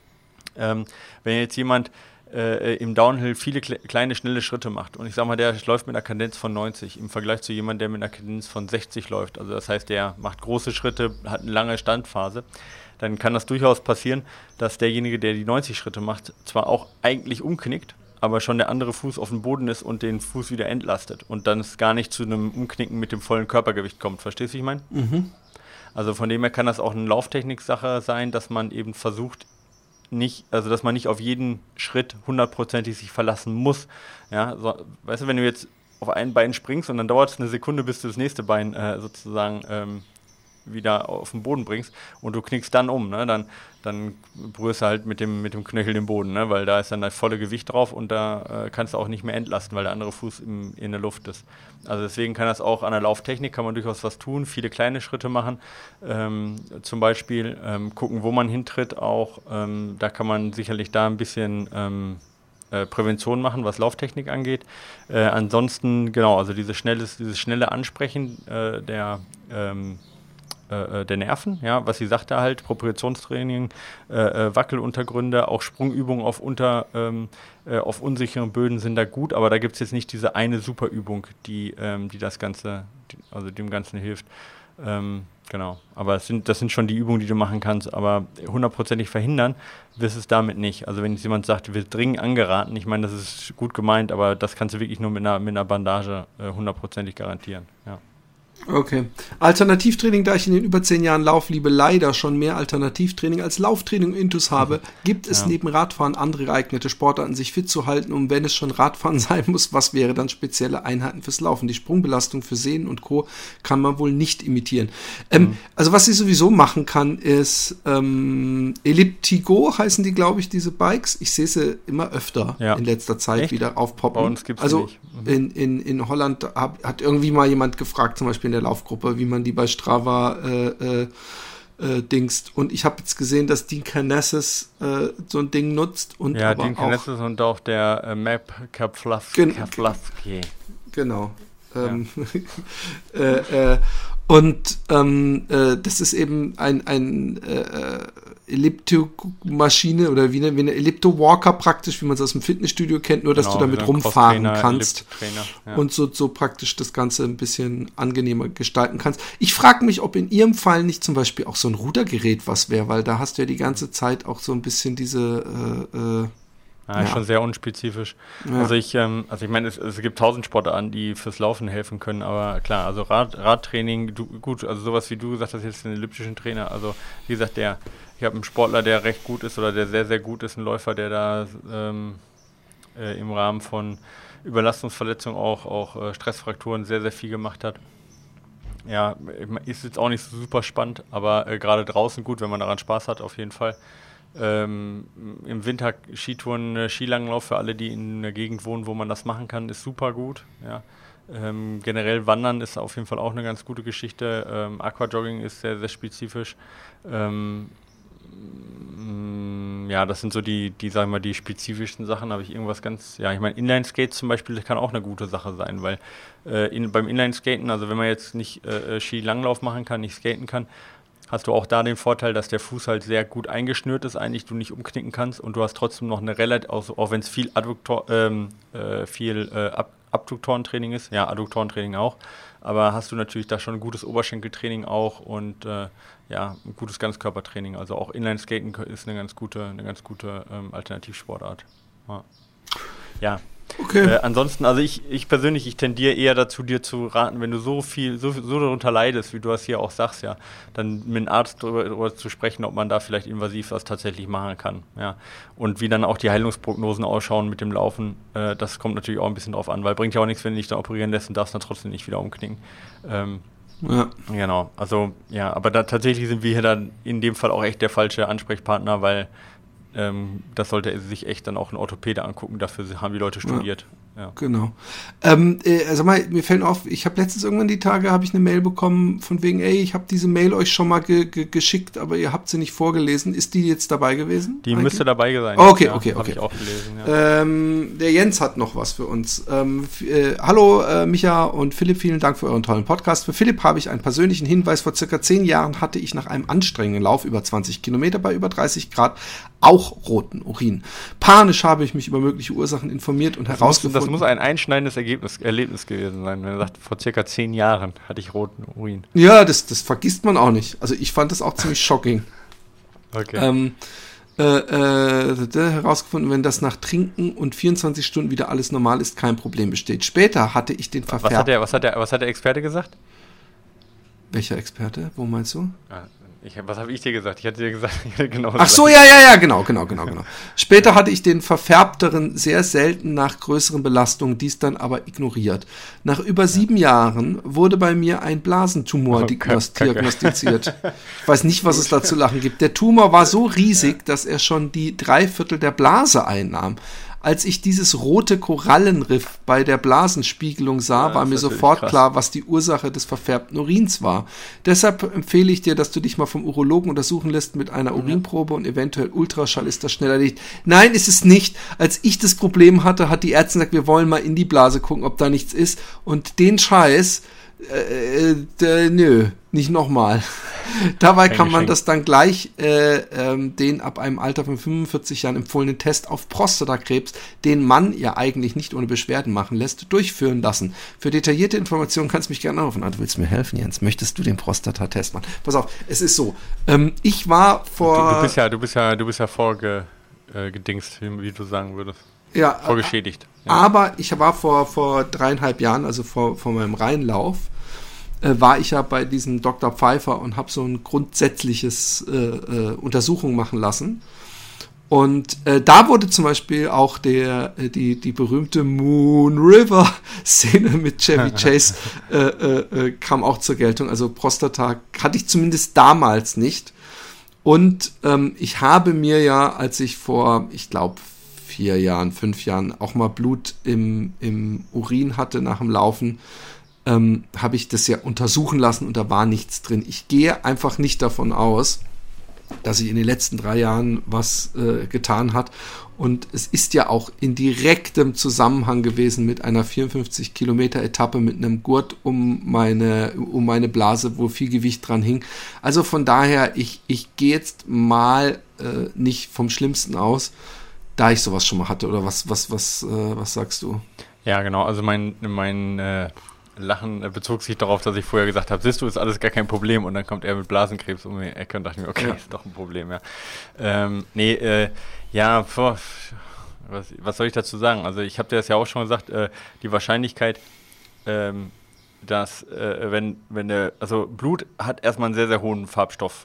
Wenn jetzt jemand im Downhill viele kleine, schnelle Schritte macht und ich sag mal, der läuft mit einer Kadenz von 90 im Vergleich zu jemandem, der mit einer Kadenz von 60 läuft, also das heißt, der macht große Schritte, hat eine lange Standphase, dann kann das durchaus passieren, dass derjenige, der die 90 Schritte macht, zwar auch eigentlich umknickt, aber schon der andere Fuß auf dem Boden ist und den Fuß wieder entlastet und dann es gar nicht zu einem Umknicken mit dem vollen Körpergewicht kommt. Verstehst du, wie ich meine? Mhm. Also von dem her kann das auch eine Lauftechnik-Sache sein, dass man eben versucht, dass man nicht auf jeden Schritt 100%ig sich verlassen muss. Ja, weißt du, wenn du jetzt auf ein Bein springst und dann dauert es eine Sekunde, bis du das nächste Bein sozusagen wieder auf den Boden bringst und du knickst dann um, ne? Dann berührst du halt mit dem Knöchel den Boden, ne? Weil da ist dann das volle Gewicht drauf und da kannst du auch nicht mehr entlasten, weil der andere Fuß in der Luft ist. Also deswegen kann das auch an der Lauftechnik, kann man durchaus was tun, viele kleine Schritte machen, zum Beispiel gucken, wo man hintritt auch, da kann man sicherlich da ein bisschen Prävention machen, was Lauftechnik angeht. Ansonsten, genau, also dieses schnelle Ansprechen der Nerven, ja, was sie sagte halt, Propriotionstraining, Wackeluntergründe, auch Sprungübungen auf unsicheren Böden sind da gut, aber da gibt es jetzt nicht diese eine Superübung, die das Ganze, dem Ganzen hilft. Genau, aber das sind schon die Übungen, die du machen kannst, aber 100%ig verhindern wirst es damit nicht. Also wenn jetzt jemand sagt, wird dringend angeraten, ich meine, das ist gut gemeint, aber das kannst du wirklich nur mit einer Bandage 100%ig garantieren, ja. Okay. Alternativtraining, da ich in den über 10 Jahren Laufliebe leider schon mehr Alternativtraining als Lauftraining Intus habe, gibt es neben Radfahren andere geeignete Sportarten, sich fit zu halten, und wenn es schon Radfahren sein muss, was wäre dann spezielle Einheiten fürs Laufen? Die Sprungbelastung für Sehnen und Co. kann man wohl nicht imitieren. Also was sie sowieso machen kann, ist Elliptigo heißen die, glaube ich, diese Bikes. Ich sehe sie immer öfter in letzter Zeit wieder aufpoppen. Bei uns gibt's nicht. In Holland hat irgendwie mal jemand gefragt, zum Beispiel in der Laufgruppe, wie man die bei Strava dingst. Und ich habe jetzt gesehen, dass Dean Karnazes so ein Ding nutzt. Und ja, Dean Karnazes und auch der Map Karpflaski. Genau. Das ist eben ein Ellipto-Maschine oder wie eine Ellipto-Walker praktisch, wie man es aus dem Fitnessstudio kennt, nur dass du damit rumfahren kannst und so praktisch das Ganze ein bisschen angenehmer gestalten kannst. Ich frage mich, ob in ihrem Fall nicht zum Beispiel auch so ein Rudergerät was wäre, weil da hast du ja die ganze Zeit auch so ein bisschen diese Ja, schon sehr unspezifisch. Ja. Also ich meine, es gibt 1000 Sportarten, die fürs Laufen helfen können, aber klar, also Radtraining, gut, also sowas wie du gesagt hast, jetzt den elliptischen Trainer, also wie gesagt, ich habe einen Sportler, der recht gut ist oder der sehr, sehr gut ist, ein Läufer, der da im Rahmen von Überlastungsverletzungen auch Stressfrakturen sehr, sehr viel gemacht hat. Ja, ist jetzt auch nicht so super spannend, aber gerade draußen gut, wenn man daran Spaß hat, auf jeden Fall. Im Winter Skitouren, Skilanglauf für alle, die in einer Gegend wohnen, wo man das machen kann, ist super gut. Ja. Generell Wandern ist auf jeden Fall auch eine ganz gute Geschichte. Aquajogging ist sehr, sehr spezifisch. Ja, das sind so die sagen wir, die spezifischsten Sachen. Habe ich irgendwas ich meine, Inline-Skates zum Beispiel kann auch eine gute Sache sein, weil beim Inline-Skaten, also wenn man jetzt nicht Skilanglauf machen kann, nicht skaten kann, hast du auch da den Vorteil, dass der Fuß halt sehr gut eingeschnürt ist, eigentlich du nicht umknicken kannst und du hast trotzdem noch eine relativ, auch wenn es viel Abduktorentraining ist, ja, Adduktorentraining auch, aber hast du natürlich da schon ein gutes Oberschenkeltraining auch und ein gutes Ganzkörpertraining. Also auch Inline-Skaten ist eine ganz gute Alternativsportart. Ja. Okay. Ansonsten, also ich persönlich, ich tendiere eher dazu, dir zu raten, wenn du so darunter leidest, wie du das hier auch sagst, ja, dann mit einem Arzt darüber zu sprechen, ob man da vielleicht invasiv was tatsächlich machen kann, ja. Und wie dann auch die Heilungsprognosen ausschauen mit dem Laufen, das kommt natürlich auch ein bisschen drauf an, weil bringt ja auch nichts, wenn du dich da operieren lässt und darfst dann trotzdem nicht wieder umknicken. Ja. Genau, also ja, aber da tatsächlich sind wir hier dann in dem Fall auch echt der falsche Ansprechpartner, weil das sollte sich echt dann auch ein Orthopäde angucken, dafür haben die Leute studiert. Ja. Genau. Sag mal, mir fällt auf, ich habe letztens irgendwann die Tage, habe ich eine Mail bekommen von wegen, ich habe diese Mail euch schon mal geschickt, aber ihr habt sie nicht vorgelesen. Ist die jetzt dabei gewesen? Die müsste dabei sein. Okay. Habe ich auch gelesen, ja. Der Jens hat noch was für uns. Hallo Micha und Philipp, vielen Dank für euren tollen Podcast. Für Philipp habe ich einen persönlichen Hinweis. Vor circa 10 Jahren hatte ich nach einem anstrengenden Lauf über 20 Kilometer bei über 30 Grad auch roten Urin. Panisch habe ich mich über mögliche Ursachen informiert und herausgefunden. Das muss ein einschneidendes Erlebnis gewesen sein, wenn er sagt, vor circa 10 Jahren hatte ich roten Urin. Ja, das vergisst man auch nicht. Also ich fand das auch ziemlich shocking. Okay. Herausgefunden, wenn das nach Trinken und 24 Stunden wieder alles normal ist, kein Problem besteht. Später hatte ich den Was hat der Experte gesagt? Welcher Experte? Wo meinst du? Was habe ich dir gesagt? Ich hatte dir gesagt, genau. Ach so, ja, genau. Später hatte ich den verfärbteren sehr selten nach größeren Belastungen, dies dann aber ignoriert. Nach über 7 Jahren wurde bei mir ein Blasentumor diagnostiziert. Ich weiß nicht, was es da zu lachen gibt. Der Tumor war so riesig, dass er schon die 3/4 der Blase einnahm. Als ich dieses rote Korallenriff bei der Blasenspiegelung sah, war mir sofort klar, was die Ursache des verfärbten Urins war. Deshalb empfehle ich dir, dass du dich mal vom Urologen untersuchen lässt mit einer Urinprobe und eventuell Ultraschall ist das schneller erledigt. Nein, ist es nicht. Als ich das Problem hatte, hat die Ärztin gesagt, wir wollen mal in die Blase gucken, ob da nichts ist. Und den Scheiß, nö, nicht nochmal. Dabei kann man das dann gleich den ab einem Alter von 45 Jahren empfohlenen Test auf Prostatakrebs, den man ja eigentlich nicht ohne Beschwerden machen lässt, durchführen lassen. Für detaillierte Informationen kannst du mich gerne anrufen. Du willst mir helfen, Jens? Möchtest du den Prostatatest machen? Pass auf, es ist so. Ich war vor... Du bist ja vorgedingst, wie du sagen würdest. Ja, vorgeschädigt. Ja. Aber ich war vor 3,5 Jahren, also vor meinem Rheinlauf, war ich ja bei diesem Dr. Pfeiffer und habe so ein grundsätzliches Untersuchung machen lassen. Und da wurde zum Beispiel auch die berühmte Moon River Szene mit Chevy Chase kam auch zur Geltung. Also Prostata hatte ich zumindest damals nicht. Und ich habe mir ja, als ich vor, ich glaube, 5 Jahren auch mal Blut im Urin hatte nach dem Laufen, habe ich das ja untersuchen lassen und da war nichts drin. Ich gehe einfach nicht davon aus, dass sich in den letzten 3 Jahren was getan hat. Und es ist ja auch in direktem Zusammenhang gewesen mit einer 54-Kilometer-Etappe mit einem Gurt um meine Blase, wo viel Gewicht dran hing. Also von daher, ich gehe jetzt mal nicht vom Schlimmsten aus, da ich sowas schon mal hatte. Oder was sagst du? Ja, genau. Also mein Lachen bezog sich darauf, dass ich vorher gesagt habe, siehst du, ist alles gar kein Problem und dann kommt er mit Blasenkrebs um die Ecke und dachte mir, okay, ist doch ein Problem, ja. was soll ich dazu sagen? Also ich habe dir das ja auch schon gesagt, die Wahrscheinlichkeit, dass also Blut hat erstmal einen sehr, sehr hohen Farbstoff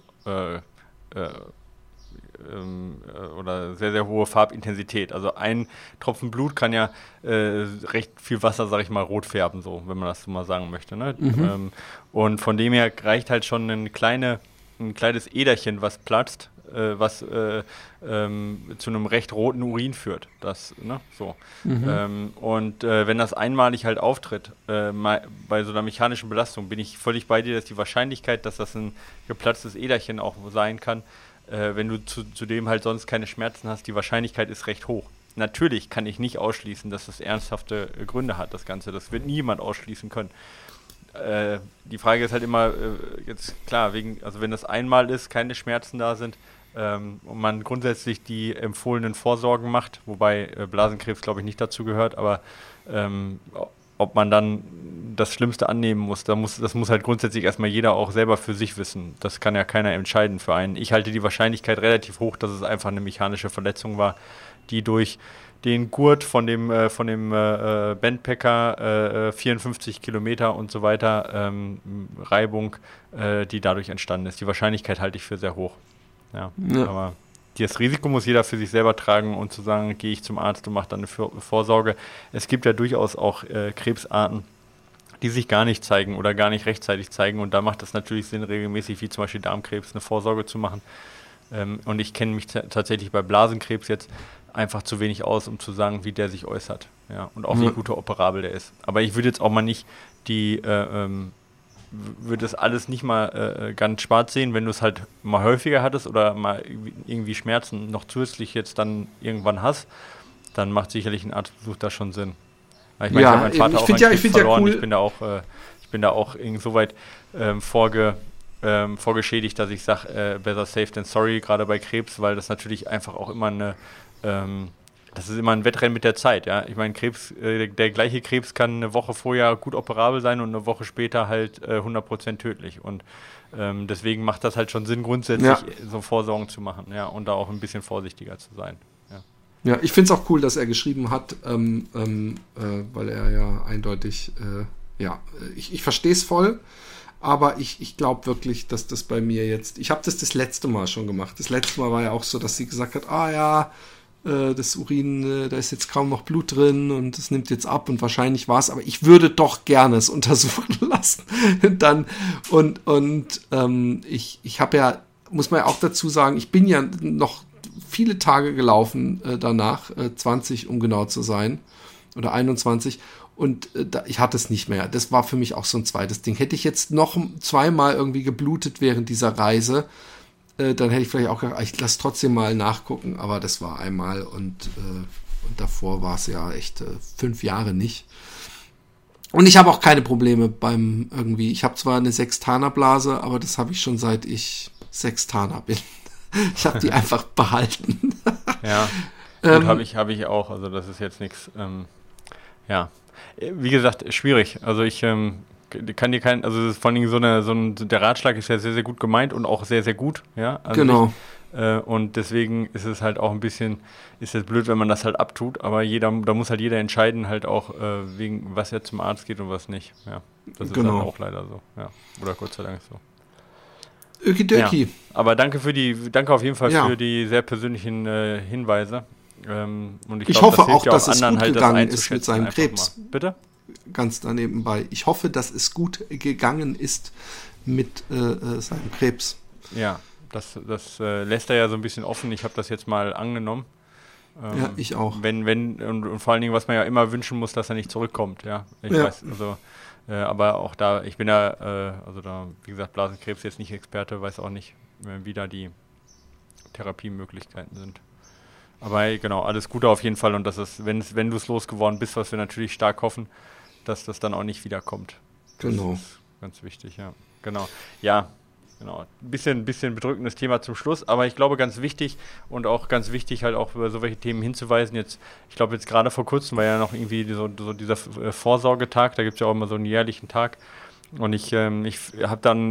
oder sehr, sehr hohe Farbintensität. Also ein Tropfen Blut kann ja recht viel Wasser, sag ich mal, rot färben, so, wenn man das so mal sagen möchte. Ne? Und von dem her reicht halt schon ein kleines Äderchen, was platzt, was zu einem recht roten Urin führt. Das, ne? So. Und wenn das einmalig halt auftritt, bei so einer mechanischen Belastung, bin ich völlig bei dir, dass die Wahrscheinlichkeit, dass das ein geplatztes Äderchen auch sein kann, wenn du zudem halt sonst keine Schmerzen hast, die Wahrscheinlichkeit ist recht hoch. Natürlich kann ich nicht ausschließen, dass das ernsthafte Gründe hat, das Ganze. Das wird niemand ausschließen können. Die Frage ist halt immer, jetzt klar, also wenn das einmal ist, keine Schmerzen da sind, und man grundsätzlich die empfohlenen Vorsorgen macht, wobei Blasenkrebs, glaube ich, nicht dazu gehört, aber ob man dann das Schlimmste annehmen muss, das muss halt grundsätzlich erstmal jeder auch selber für sich wissen. Das kann ja keiner entscheiden für einen. Ich halte die Wahrscheinlichkeit relativ hoch, dass es einfach eine mechanische Verletzung war, die durch den Gurt von dem Bandpacker, 54 Kilometer und so weiter, Reibung, die dadurch entstanden ist. Die Wahrscheinlichkeit halte ich für sehr hoch. Ja. Aber das Risiko muss jeder für sich selber tragen und zu sagen, gehe ich zum Arzt und mache dann eine Vorsorge. Es gibt ja durchaus auch Krebsarten, die sich gar nicht zeigen oder gar nicht rechtzeitig zeigen, und da macht es natürlich Sinn, regelmäßig, wie zum Beispiel Darmkrebs, eine Vorsorge zu machen. Und ich kenne mich tatsächlich bei Blasenkrebs jetzt einfach zu wenig aus, um zu sagen, wie der sich äußert. Ja, und auch wie gut operabel der ist. Aber ich würde jetzt auch mal nicht würde das alles nicht mal ganz schwarz sehen, wenn du es halt mal häufiger hattest oder mal irgendwie Schmerzen noch zusätzlich jetzt dann irgendwann hast, dann macht sicherlich ein Arztbesuch da schon Sinn. Ich meine, ich habe meinen Vater auch an Krebs verloren, cool. Ich bin da auch insoweit vorgeschädigt, dass ich sage, better safe than sorry, gerade bei Krebs, weil das natürlich einfach auch immer das ist immer ein Wettrennen mit der Zeit, ja. Ich meine, der gleiche Krebs kann eine Woche vorher gut operabel sein und eine Woche später halt 100% tödlich. Und deswegen macht das halt schon Sinn, grundsätzlich so Vorsorgen zu machen, ja, und da auch ein bisschen vorsichtiger zu sein. Ja, ich finde es auch cool, dass er geschrieben hat, weil er ja eindeutig, ich verstehe es voll, aber ich glaube wirklich, dass das bei mir jetzt, ich habe das letzte Mal schon gemacht. Das letzte Mal war ja auch so, dass sie gesagt hat, das Urin, da ist jetzt kaum noch Blut drin und es nimmt jetzt ab und wahrscheinlich war es, aber ich würde doch gerne es untersuchen lassen. Ich habe ja, muss man ja auch dazu sagen, ich bin ja noch viele Tage gelaufen danach, 20 um genau zu sein, oder 21, und ich hatte es nicht mehr. Das war für mich auch so ein zweites Ding. Hätte ich jetzt noch zweimal irgendwie geblutet während dieser Reise, dann hätte ich vielleicht auch gedacht, ich lasse trotzdem mal nachgucken, aber das war einmal und davor war es ja echt 5 Jahre nicht. Und ich habe auch keine Probleme ich habe zwar eine Sextanerblase, aber das habe ich schon seit ich Sextaner bin. Ich habe die einfach behalten. Ja, gut, habe ich auch, also das ist jetzt nichts, wie gesagt, schwierig, also ich kann dir also vor allen Dingen der Ratschlag ist ja sehr, sehr gut gemeint und auch sehr, sehr gut, ja. Also genau. Und deswegen ist es halt auch ein bisschen, ist es blöd, wenn man das halt abtut, aber da muss halt jeder entscheiden, halt auch wegen was er zum Arzt geht und was nicht, ja. Das ist halt auch leider so, ja. Oder Gott sei Dank so. Okidoki. Ja, aber danke auf jeden Fall für die sehr persönlichen Hinweise. Und ich hoffe auch, dass es gut gegangen ist mit seinem Krebs. Mal. Bitte? Ganz danebenbei. Ich hoffe, dass es gut gegangen ist mit seinem Krebs. Ja, das lässt er ja so ein bisschen offen. Ich habe das jetzt mal angenommen. Ja, ich auch. Und vor allen Dingen, was man ja immer wünschen muss, dass er nicht zurückkommt. Ja, weiß, also aber auch da, ich bin ja, wie gesagt, Blasenkrebs jetzt nicht Experte, weiß auch nicht, wie da die Therapiemöglichkeiten sind. Aber genau, alles Gute auf jeden Fall und dass es, wenn du es losgeworden bist, was wir natürlich stark hoffen, dass das dann auch nicht wiederkommt. Genau. Das ist ganz wichtig, ja. Genau. Ja, genau. Ein bisschen bedrückendes Thema zum Schluss, aber ich glaube ganz wichtig und auch ganz wichtig halt auch über solche Themen hinzuweisen. Ich glaube jetzt gerade vor kurzem war ja noch irgendwie so dieser Vorsorgetag, da gibt es ja auch immer so einen jährlichen Tag Und ich habe dann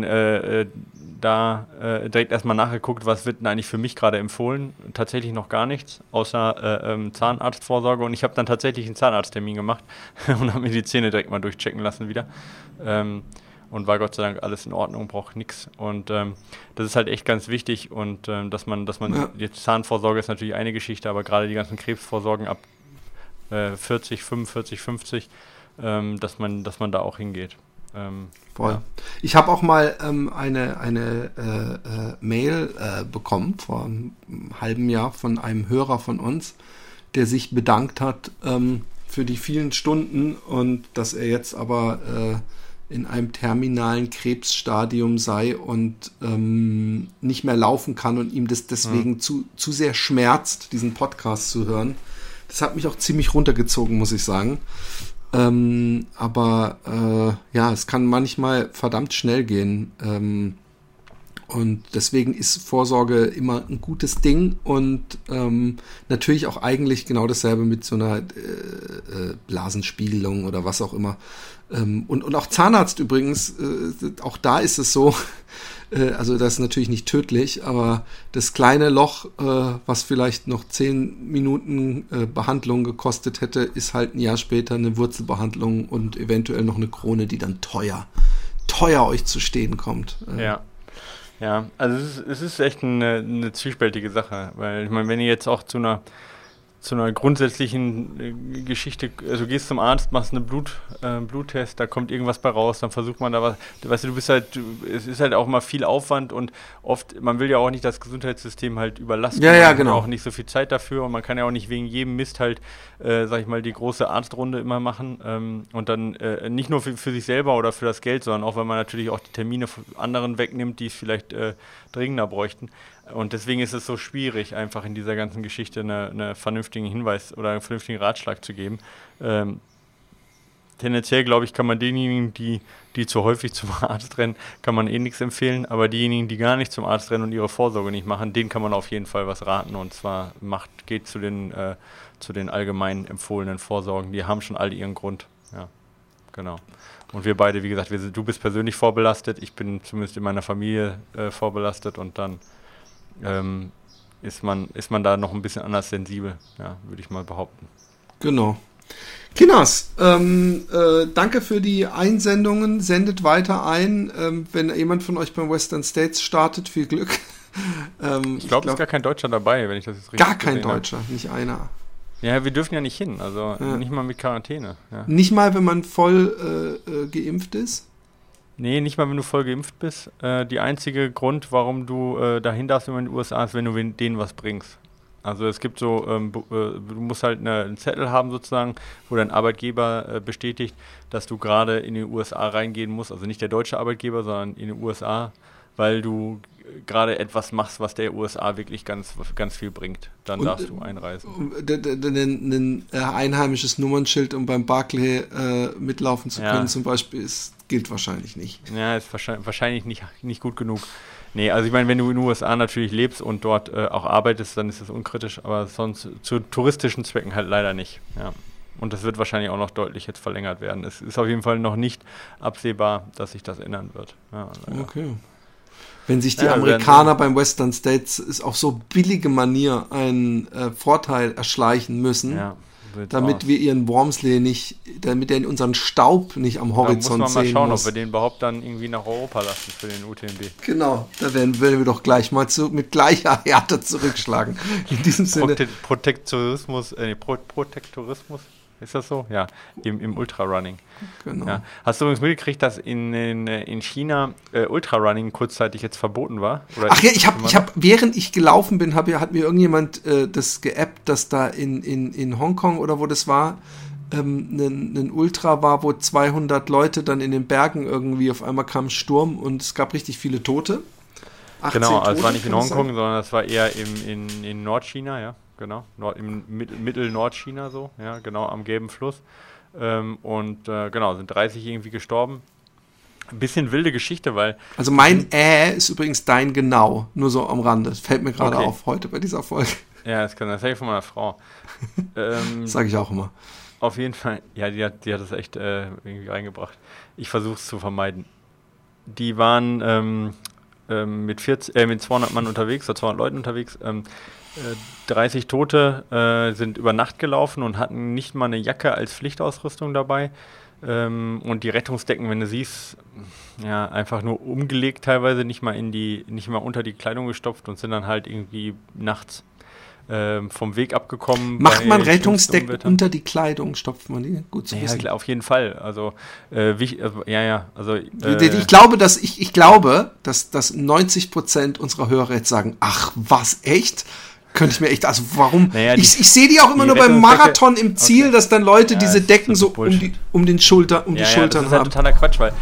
direkt erstmal nachgeguckt, was wird denn eigentlich für mich gerade empfohlen. Tatsächlich noch gar nichts, außer Zahnarztvorsorge. Und ich habe dann tatsächlich einen Zahnarzttermin gemacht und habe mir die Zähne direkt mal durchchecken lassen wieder. Und war Gott sei Dank alles in Ordnung, braucht nichts. Und das ist halt echt ganz wichtig. Und dass man jetzt Zahnvorsorge ist natürlich eine Geschichte, aber gerade die ganzen Krebsvorsorgen ab 40, 45, 50, dass man da auch hingeht. Voll. Ja. Ich habe auch mal eine Mail bekommen vor einem halben Jahr von einem Hörer von uns, der sich bedankt hat für die vielen Stunden und dass er jetzt aber in einem terminalen Krebsstadium sei und nicht mehr laufen kann und ihm das deswegen zu sehr schmerzt, diesen Podcast zu hören. Das hat mich auch ziemlich runtergezogen, muss ich sagen. Aber es kann manchmal verdammt schnell gehen. Und deswegen ist Vorsorge immer ein gutes Ding und natürlich auch eigentlich genau dasselbe mit so einer Blasenspiegelung oder was auch immer. Und auch Zahnarzt übrigens, auch da ist es so, also das ist natürlich nicht tödlich, aber das kleine Loch, was vielleicht noch 10 Minuten Behandlung gekostet hätte, ist halt ein Jahr später eine Wurzelbehandlung und eventuell noch eine Krone, die dann teuer euch zu stehen kommt. Ja, also es ist echt eine zwiespältige Sache, weil ich meine, wenn ihr jetzt auch zu einer grundsätzlichen Geschichte, also gehst zum Arzt, machst einen Bluttest, da kommt irgendwas bei raus, dann versucht man da was, weißt du, es ist halt auch immer viel Aufwand und oft, man will ja auch nicht das Gesundheitssystem halt überlasten, man hat genau. Auch nicht so viel Zeit dafür und man kann ja auch nicht wegen jedem Mist halt, sag ich mal, die große Arztrunde immer machen und dann nicht nur für sich selber oder für das Geld, sondern auch, weil man natürlich auch die Termine von anderen wegnimmt, die es vielleicht dringender bräuchten. Und deswegen ist es so schwierig, einfach in dieser ganzen Geschichte einen vernünftigen Hinweis oder einen vernünftigen Ratschlag zu geben. Tendenziell, glaube ich, kann man denjenigen, die zu häufig zum Arzt rennen, kann man nichts empfehlen. Aber diejenigen, die gar nicht zum Arzt rennen und ihre Vorsorge nicht machen, denen kann man auf jeden Fall was raten. Und zwar geht zu den allgemein empfohlenen Vorsorgen. Die haben schon alle ihren Grund. Ja, genau. Und wir beide, wie gesagt, du bist persönlich vorbelastet. Ich bin zumindest in meiner Familie vorbelastet und dann ist man da noch ein bisschen anders sensibel, ja, würde ich mal behaupten. Genau. Kinders, danke für die Einsendungen, sendet weiter ein, wenn jemand von euch beim Western States startet, viel Glück. Ich glaube, es ist gar kein Deutscher dabei, wenn ich das jetzt richtig Gar kein Deutscher, nicht einer. Ja, wir dürfen ja nicht hin, also nicht mal mit Quarantäne. Ja. Nicht mal, wenn man voll geimpft ist? Nee, nicht mal, wenn du voll geimpft bist. Die einzige Grund, warum du dahin darfst in den USA, ist, wenn du denen was bringst. Also es gibt so, du musst halt einen Zettel haben sozusagen, wo dein Arbeitgeber bestätigt, dass du gerade in die USA reingehen musst. Also nicht der deutsche Arbeitgeber, sondern in die USA, weil du gerade etwas machst, was der USA wirklich ganz, ganz viel bringt. Dann darfst du einreisen. Ein einheimisches Nummernschild, um beim Barclay mitlaufen zu können zum Beispiel, gilt wahrscheinlich nicht. Ja, ist wahrscheinlich nicht gut genug. Nee, also ich meine, wenn du in den USA natürlich lebst und dort auch arbeitest, dann ist das unkritisch, aber sonst zu touristischen Zwecken halt leider nicht. Ja. Und das wird wahrscheinlich auch noch deutlich jetzt verlängert werden. Es ist auf jeden Fall noch nicht absehbar, dass sich das ändern wird. Ja, okay. Wenn sich die Amerikaner beim Western States auf so billige Manier einen Vorteil erschleichen müssen, damit wir ihren Wormsley damit er in unseren Staub nicht am Horizont sehen muss. Da muss man mal schauen, ob wir den überhaupt dann irgendwie nach Europa lassen für den UTMB. Genau, da werden wir doch gleich mal mit gleicher Härte zurückschlagen. In diesem Sinne. Protektorismus, ist das so? Ja, im Ultrarunning. Genau. Ja. Hast du übrigens mitgekriegt, dass in China Ultrarunning kurzzeitig jetzt verboten war? Oder ach ja, ich hab, während ich gelaufen bin, hat mir irgendjemand das geappt, dass da in Hongkong oder wo das war, ein Ultra war, wo 200 Leute dann in den Bergen irgendwie auf einmal kam Sturm und es gab richtig viele Tote. Genau, also es war nicht in Hongkong, sondern das war eher in Nordchina, ja. Genau, im Mittel-Nordchina so, ja, genau, am Gelben Fluss. Sind 30 irgendwie gestorben. Ein bisschen wilde Geschichte, weil... Also mein ist übrigens dein Genau, nur so am Rande. Das fällt mir gerade auf heute bei dieser Folge. Ja, das sage ich von meiner Frau. Sage ich auch immer. Auf jeden Fall. Ja, die hat das echt irgendwie reingebracht. Ich versuche es zu vermeiden. Die waren mit 200 Mann unterwegs, oder 200 Leuten unterwegs. 30 Tote sind über Nacht gelaufen und hatten nicht mal eine Jacke als Pflichtausrüstung dabei. Und die Rettungsdecken, wenn du siehst, ja, einfach nur umgelegt teilweise, nicht mal unter die Kleidung gestopft und sind dann halt irgendwie nachts vom Weg abgekommen. Macht man Rettungsdecken unter die Kleidung, stopft man die? Gut zu wissen. Ja, auf jeden Fall. Also, ich glaube, dass 90% unserer Hörer jetzt sagen, ach, was, echt? Könnte ich mir echt, also warum? Naja, ich sehe die auch immer nur beim Marathon im Ziel, dass dann Leute diese Decken so um die Schultern haben. Das ist halt totaler Quatsch, weil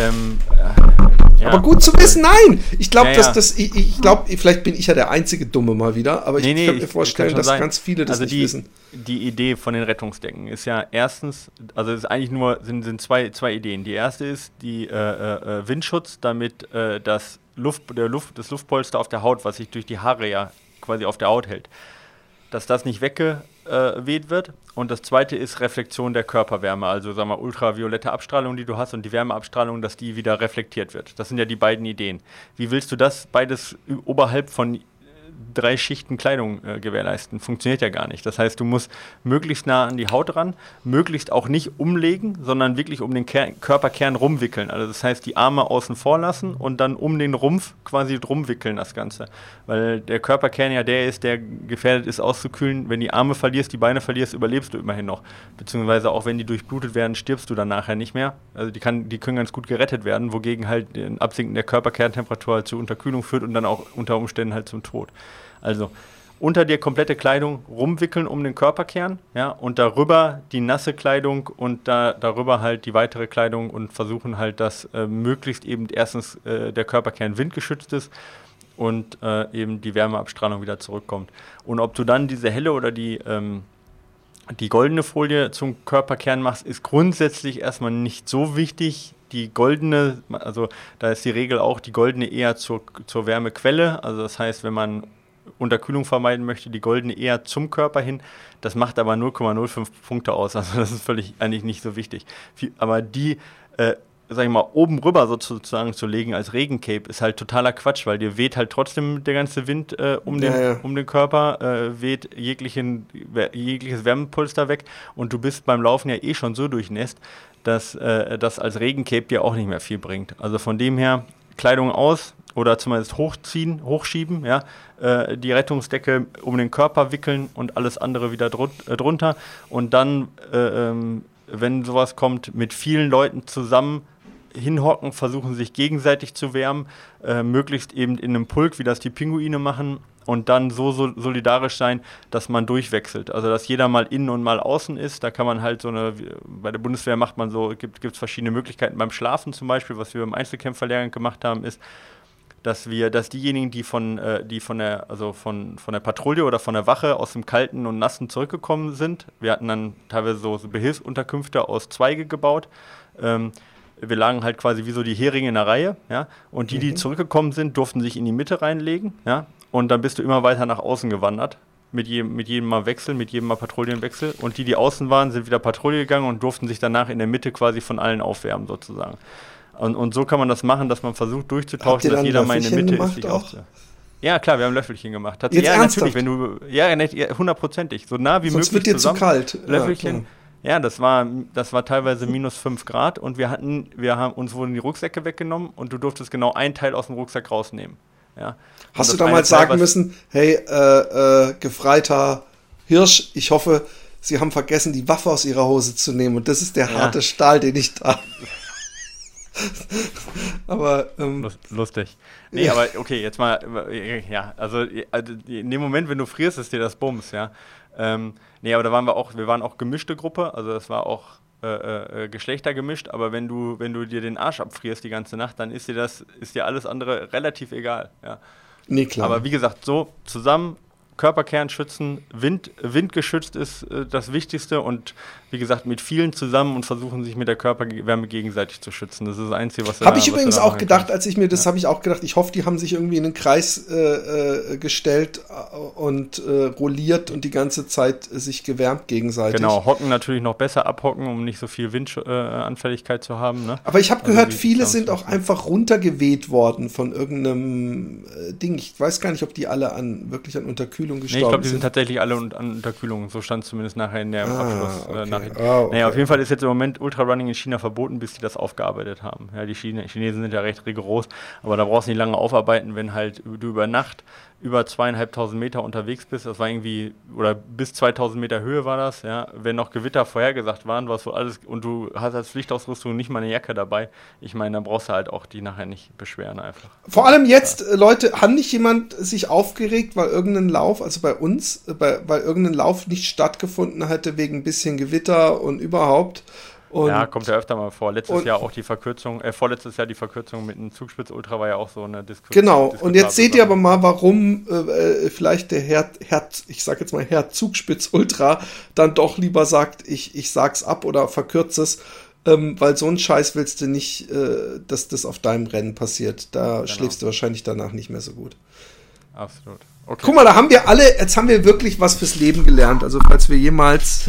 aber gut zu wissen, nein. Ich glaube, vielleicht bin ich ja der einzige Dumme mal wieder, aber ich kann mir vorstellen, dass ganz viele das nicht wissen. Die Idee von den Rettungsdecken ist ja erstens, also es ist eigentlich nur, sind zwei Ideen. Die erste ist die Windschutz, damit das Luftpolster auf der Haut, was sich durch die Haare ja quasi auf der Haut hält, dass das nicht weggeweht wird. Und das zweite ist Reflexion der Körperwärme, also sagen wir ultraviolette Abstrahlung, die du hast, und die Wärmeabstrahlung, dass die wieder reflektiert wird. Das sind ja die beiden Ideen. Wie willst du das beides oberhalb von 3 Schichten Kleidung gewährleisten? Funktioniert ja gar nicht. Das heißt, du musst möglichst nah an die Haut ran, möglichst auch nicht umlegen, sondern wirklich um den Körperkern rumwickeln. Also das heißt, die Arme außen vor lassen und dann um den Rumpf quasi drum wickeln das Ganze. Weil der Körperkern ja der ist, der gefährdet ist auszukühlen. Wenn die Arme verlierst, die Beine verlierst, überlebst du immerhin noch. Beziehungsweise auch wenn die durchblutet werden, stirbst du dann nachher nicht mehr. Also die können ganz gut gerettet werden, wogegen halt ein Absinken der Körperkerntemperatur halt zu Unterkühlung führt und dann auch unter Umständen halt zum Tod. Also unter dir komplette Kleidung rumwickeln um den Körperkern, ja, und darüber die nasse Kleidung und darüber halt die weitere Kleidung und versuchen halt, dass möglichst eben erstens der Körperkern windgeschützt ist und eben die Wärmeabstrahlung wieder zurückkommt. Und ob du dann diese helle oder die goldene Folie zum Körperkern machst, ist grundsätzlich erstmal nicht so wichtig. Die goldene, also da ist die Regel auch, die goldene eher zur Wärmequelle, also das heißt, wenn man Unterkühlung vermeiden möchte, die goldene eher zum Körper hin. Das macht aber 0,05 Punkte aus. Also das ist eigentlich nicht so wichtig. Aber die, sag ich mal, oben rüber sozusagen zu legen als Regencape ist halt totaler Quatsch, weil dir weht halt trotzdem der ganze Wind um den Körper, weht jegliches Wärmepolster weg und du bist beim Laufen ja eh schon so durchnässt, dass das als Regencape dir auch nicht mehr viel bringt. Also von dem her Kleidung aus, oder zumindest hochschieben, ja, die Rettungsdecke um den Körper wickeln und alles andere wieder drunter. Und dann, wenn sowas kommt, mit vielen Leuten zusammen hinhocken, versuchen sich gegenseitig zu wärmen, möglichst eben in einem Pulk, wie das die Pinguine machen, und dann so solidarisch sein, dass man durchwechselt. Also dass jeder mal innen und mal außen ist. Da kann man halt bei der Bundeswehr macht man so, gibt es verschiedene Möglichkeiten beim Schlafen zum Beispiel, was wir im Einzelkämpferlehrgang gemacht haben, ist, dass diejenigen, die von der Patrouille oder von der Wache aus dem Kalten und Nassen zurückgekommen sind, wir hatten dann teilweise so Behilfsunterkünfte aus Zweige gebaut. Wir lagen halt quasi wie so die Heringe in der Reihe, ja, und die zurückgekommen sind, durften sich in die Mitte reinlegen, ja, und dann bist du immer weiter nach außen gewandert. Mit jedem Mal Wechsel, mit jedem Mal Patrouillenwechsel. Und die außen waren, sind wieder Patrouille gegangen und durften sich danach in der Mitte quasi von allen aufwärmen sozusagen. Und so kann man das machen, dass man versucht durchzutauschen, dass jeder mal in der Mitte ist. Ja, klar, wir haben Löffelchen gemacht. Jetzt ja, ernsthaft? Natürlich, hundertprozentig. So nah wie sonst möglich wird dir zusammen. Zu kalt. Löffelchen. Ja, das war teilweise -5 Grad und uns wurden die Rucksäcke weggenommen und du durftest genau ein Teil aus dem Rucksack rausnehmen. Ja. Hast du damals sagen müssen, hey, Gefreiter Hirsch, ich hoffe, Sie haben vergessen, die Waffe aus Ihrer Hose zu nehmen und das ist der harte Stahl, den ich da... Aber lustig. Nee, ja. Aber okay, jetzt mal, ja, also in dem Moment, wenn du frierst, ist dir das Bums, ja. Nee, aber wir waren auch gemischte Gruppe, also das war auch Geschlechter gemischt, aber wenn du dir den Arsch abfrierst die ganze Nacht, dann ist dir alles andere relativ egal, ja. Nee, klar. Aber wie gesagt, so zusammen Körperkern schützen, windgeschützt ist das Wichtigste und wie gesagt, mit vielen zusammen und versuchen sich mit der Körperwärme gegenseitig zu schützen. Das ist das Einzige, was habe ich übrigens auch gedacht, habe ich auch gedacht, ich hoffe, die haben sich irgendwie in den Kreis gestellt und rolliert und die ganze Zeit sich gewärmt gegenseitig. Genau, hocken natürlich noch besser abhocken, um nicht so viel Windanfälligkeit zu haben. Ne? Aber ich habe gehört, viele sind auch einfach runtergeweht worden von irgendeinem Ding. Ich weiß gar nicht, ob die alle wirklich an Unterkühlung gestorben sind. Ich glaube, die sind tatsächlich alle an Unterkühlung. So stand es zumindest nachher in der Abschluss. Okay. Naja, auf jeden Fall ist jetzt im Moment Ultrarunning in China verboten, bis die das aufgearbeitet haben. Ja, die Chinesen sind ja recht rigoros, aber da brauchst du nicht lange aufarbeiten, wenn halt du über Nacht über 2.500 Meter unterwegs bist, das war irgendwie, oder bis 2.000 Meter Höhe war das, ja, wenn noch Gewitter vorhergesagt waren, was so alles, und du hast als Pflichtausrüstung nicht mal eine Jacke dabei, ich meine, dann brauchst du halt auch die nachher nicht beschweren einfach. Vor allem jetzt, Leute, hat nicht jemand sich aufgeregt, weil irgendein Lauf, also bei uns, weil irgendein Lauf nicht stattgefunden hatte wegen ein bisschen Gewitter und überhaupt. Und ja, kommt ja öfter mal vor. Vorletztes Jahr die Verkürzung mit einem Zugspitz-Ultra war ja auch so eine Diskussion. Genau, und jetzt seht ihr aber mal, warum vielleicht der Herr Zugspitz-Ultra dann doch lieber sagt, ich sag's ab oder verkürze es, weil so ein Scheiß willst du nicht, dass das auf deinem Rennen passiert. Da schläfst du wahrscheinlich danach nicht mehr so gut. Absolut. Okay. Guck mal, jetzt haben wir wirklich was fürs Leben gelernt. Also falls wir jemals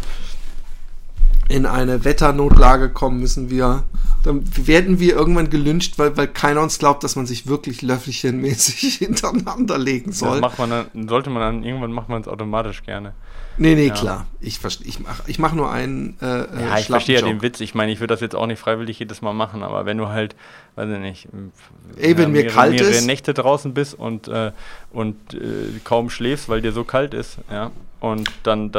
in eine Wetternotlage kommen, dann werden wir irgendwann gelyncht, weil keiner uns glaubt, dass man sich wirklich löffelchenmäßig hintereinander legen soll. Irgendwann macht man es automatisch gerne. Nee, klar. Ich mach nur einen ich verstehe ja den Witz. Ich meine, ich würde das jetzt auch nicht freiwillig jedes Mal machen, aber wenn du halt, weiß ich nicht, wenn mir kalt ist, mehrere Nächte draußen bist und kaum schläfst, weil dir so kalt ist, ja, und dann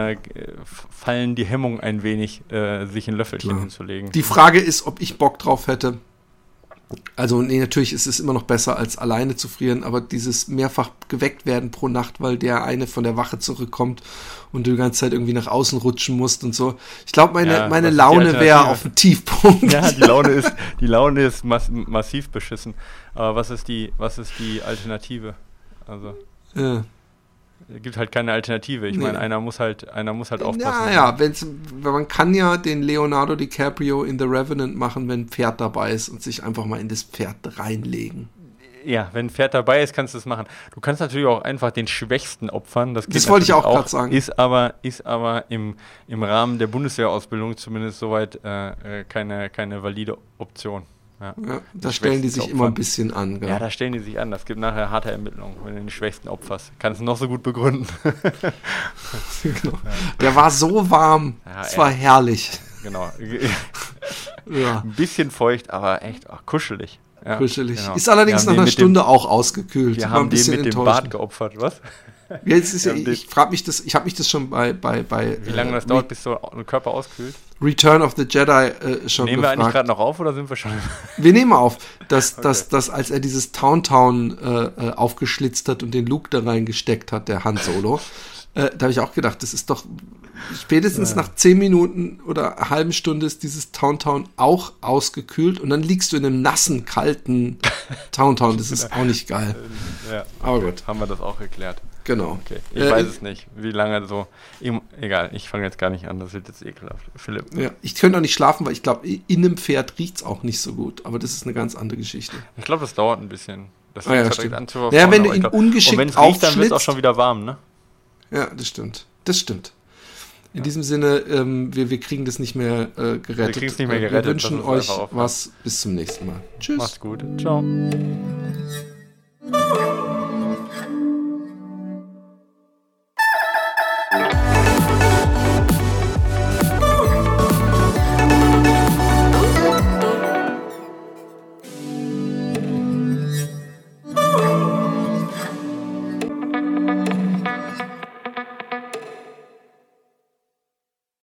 fallen die Hemmungen ein wenig, sich ein Löffelchen hinzulegen. Die Frage ist, ob ich Bock drauf hätte. Also natürlich ist es immer noch besser, als alleine zu frieren, aber dieses mehrfach geweckt werden pro Nacht, weil der eine von der Wache zurückkommt und du die ganze Zeit irgendwie nach außen rutschen musst und so. Ich glaube, meine Laune wäre auf dem Tiefpunkt. Ja, die Laune ist massiv beschissen. Aber was ist die Alternative? Also es gibt halt keine Alternative. Ich meine, einer muss halt aufpassen. Ja, man kann ja den Leonardo DiCaprio in The Revenant machen, wenn ein Pferd dabei ist und sich einfach mal in das Pferd reinlegen. Ja, wenn ein Pferd dabei ist, kannst du das machen. Du kannst natürlich auch einfach den Schwächsten opfern. Das wollte ich auch gerade sagen. Ist aber im Rahmen der Bundeswehrausbildung zumindest soweit keine valide Option. Ja, da stellen die sich immer ein bisschen an. Gell? Ja, da stellen die sich an. Das gibt nachher harte Ermittlungen, wenn du den Schwächsten opferst. Kannst du noch so gut begründen. Genau. Der war so warm. Es war herrlich. Genau. Ein bisschen feucht, aber echt kuschelig. Ja, kuschelig. Genau. Ist allerdings nach einer Stunde auch ausgekühlt. Wir haben den mit dem Bart geopfert, was? Ja, ich frage mich das, ich habe mich das schon bei wie lange das dauert, bis so ein Körper auskühlt? Return of the Jedi schon Nehmen wir eigentlich gerade noch auf oder sind wir schon? Wir nehmen auf, dass als er dieses Town aufgeschlitzt hat und den Luke da reingesteckt hat, der Han Solo, da habe ich auch gedacht, das ist doch spätestens nach 10 Minuten oder einer halben Stunde ist dieses Town auch ausgekühlt und dann liegst du in einem nassen, kalten Town. Das ist auch nicht geil. Ja, aber gut. Haben wir das auch geklärt. Genau. Okay. Ich weiß es nicht, wie lange so. Egal, ich fange jetzt gar nicht an, das wird jetzt ekelhaft. Philipp. Ja, ich könnte auch nicht schlafen, weil ich glaube, in einem Pferd riecht es auch nicht so gut. Aber das ist eine ganz andere Geschichte. Ich glaube, das dauert ein bisschen. Das fängt direkt an zu verfahren. Ja, wenn du ihn ungeschickt aufschlitzt. Und wenn es riecht, dann wird es auch schon wieder warm, ne? Ja, das stimmt. In diesem Sinne, wir kriegen das nicht mehr gerettet. Wir kriegen es nicht mehr gerettet. Wir wünschen euch was. Bis zum nächsten Mal. Tschüss. Macht's gut. Ciao.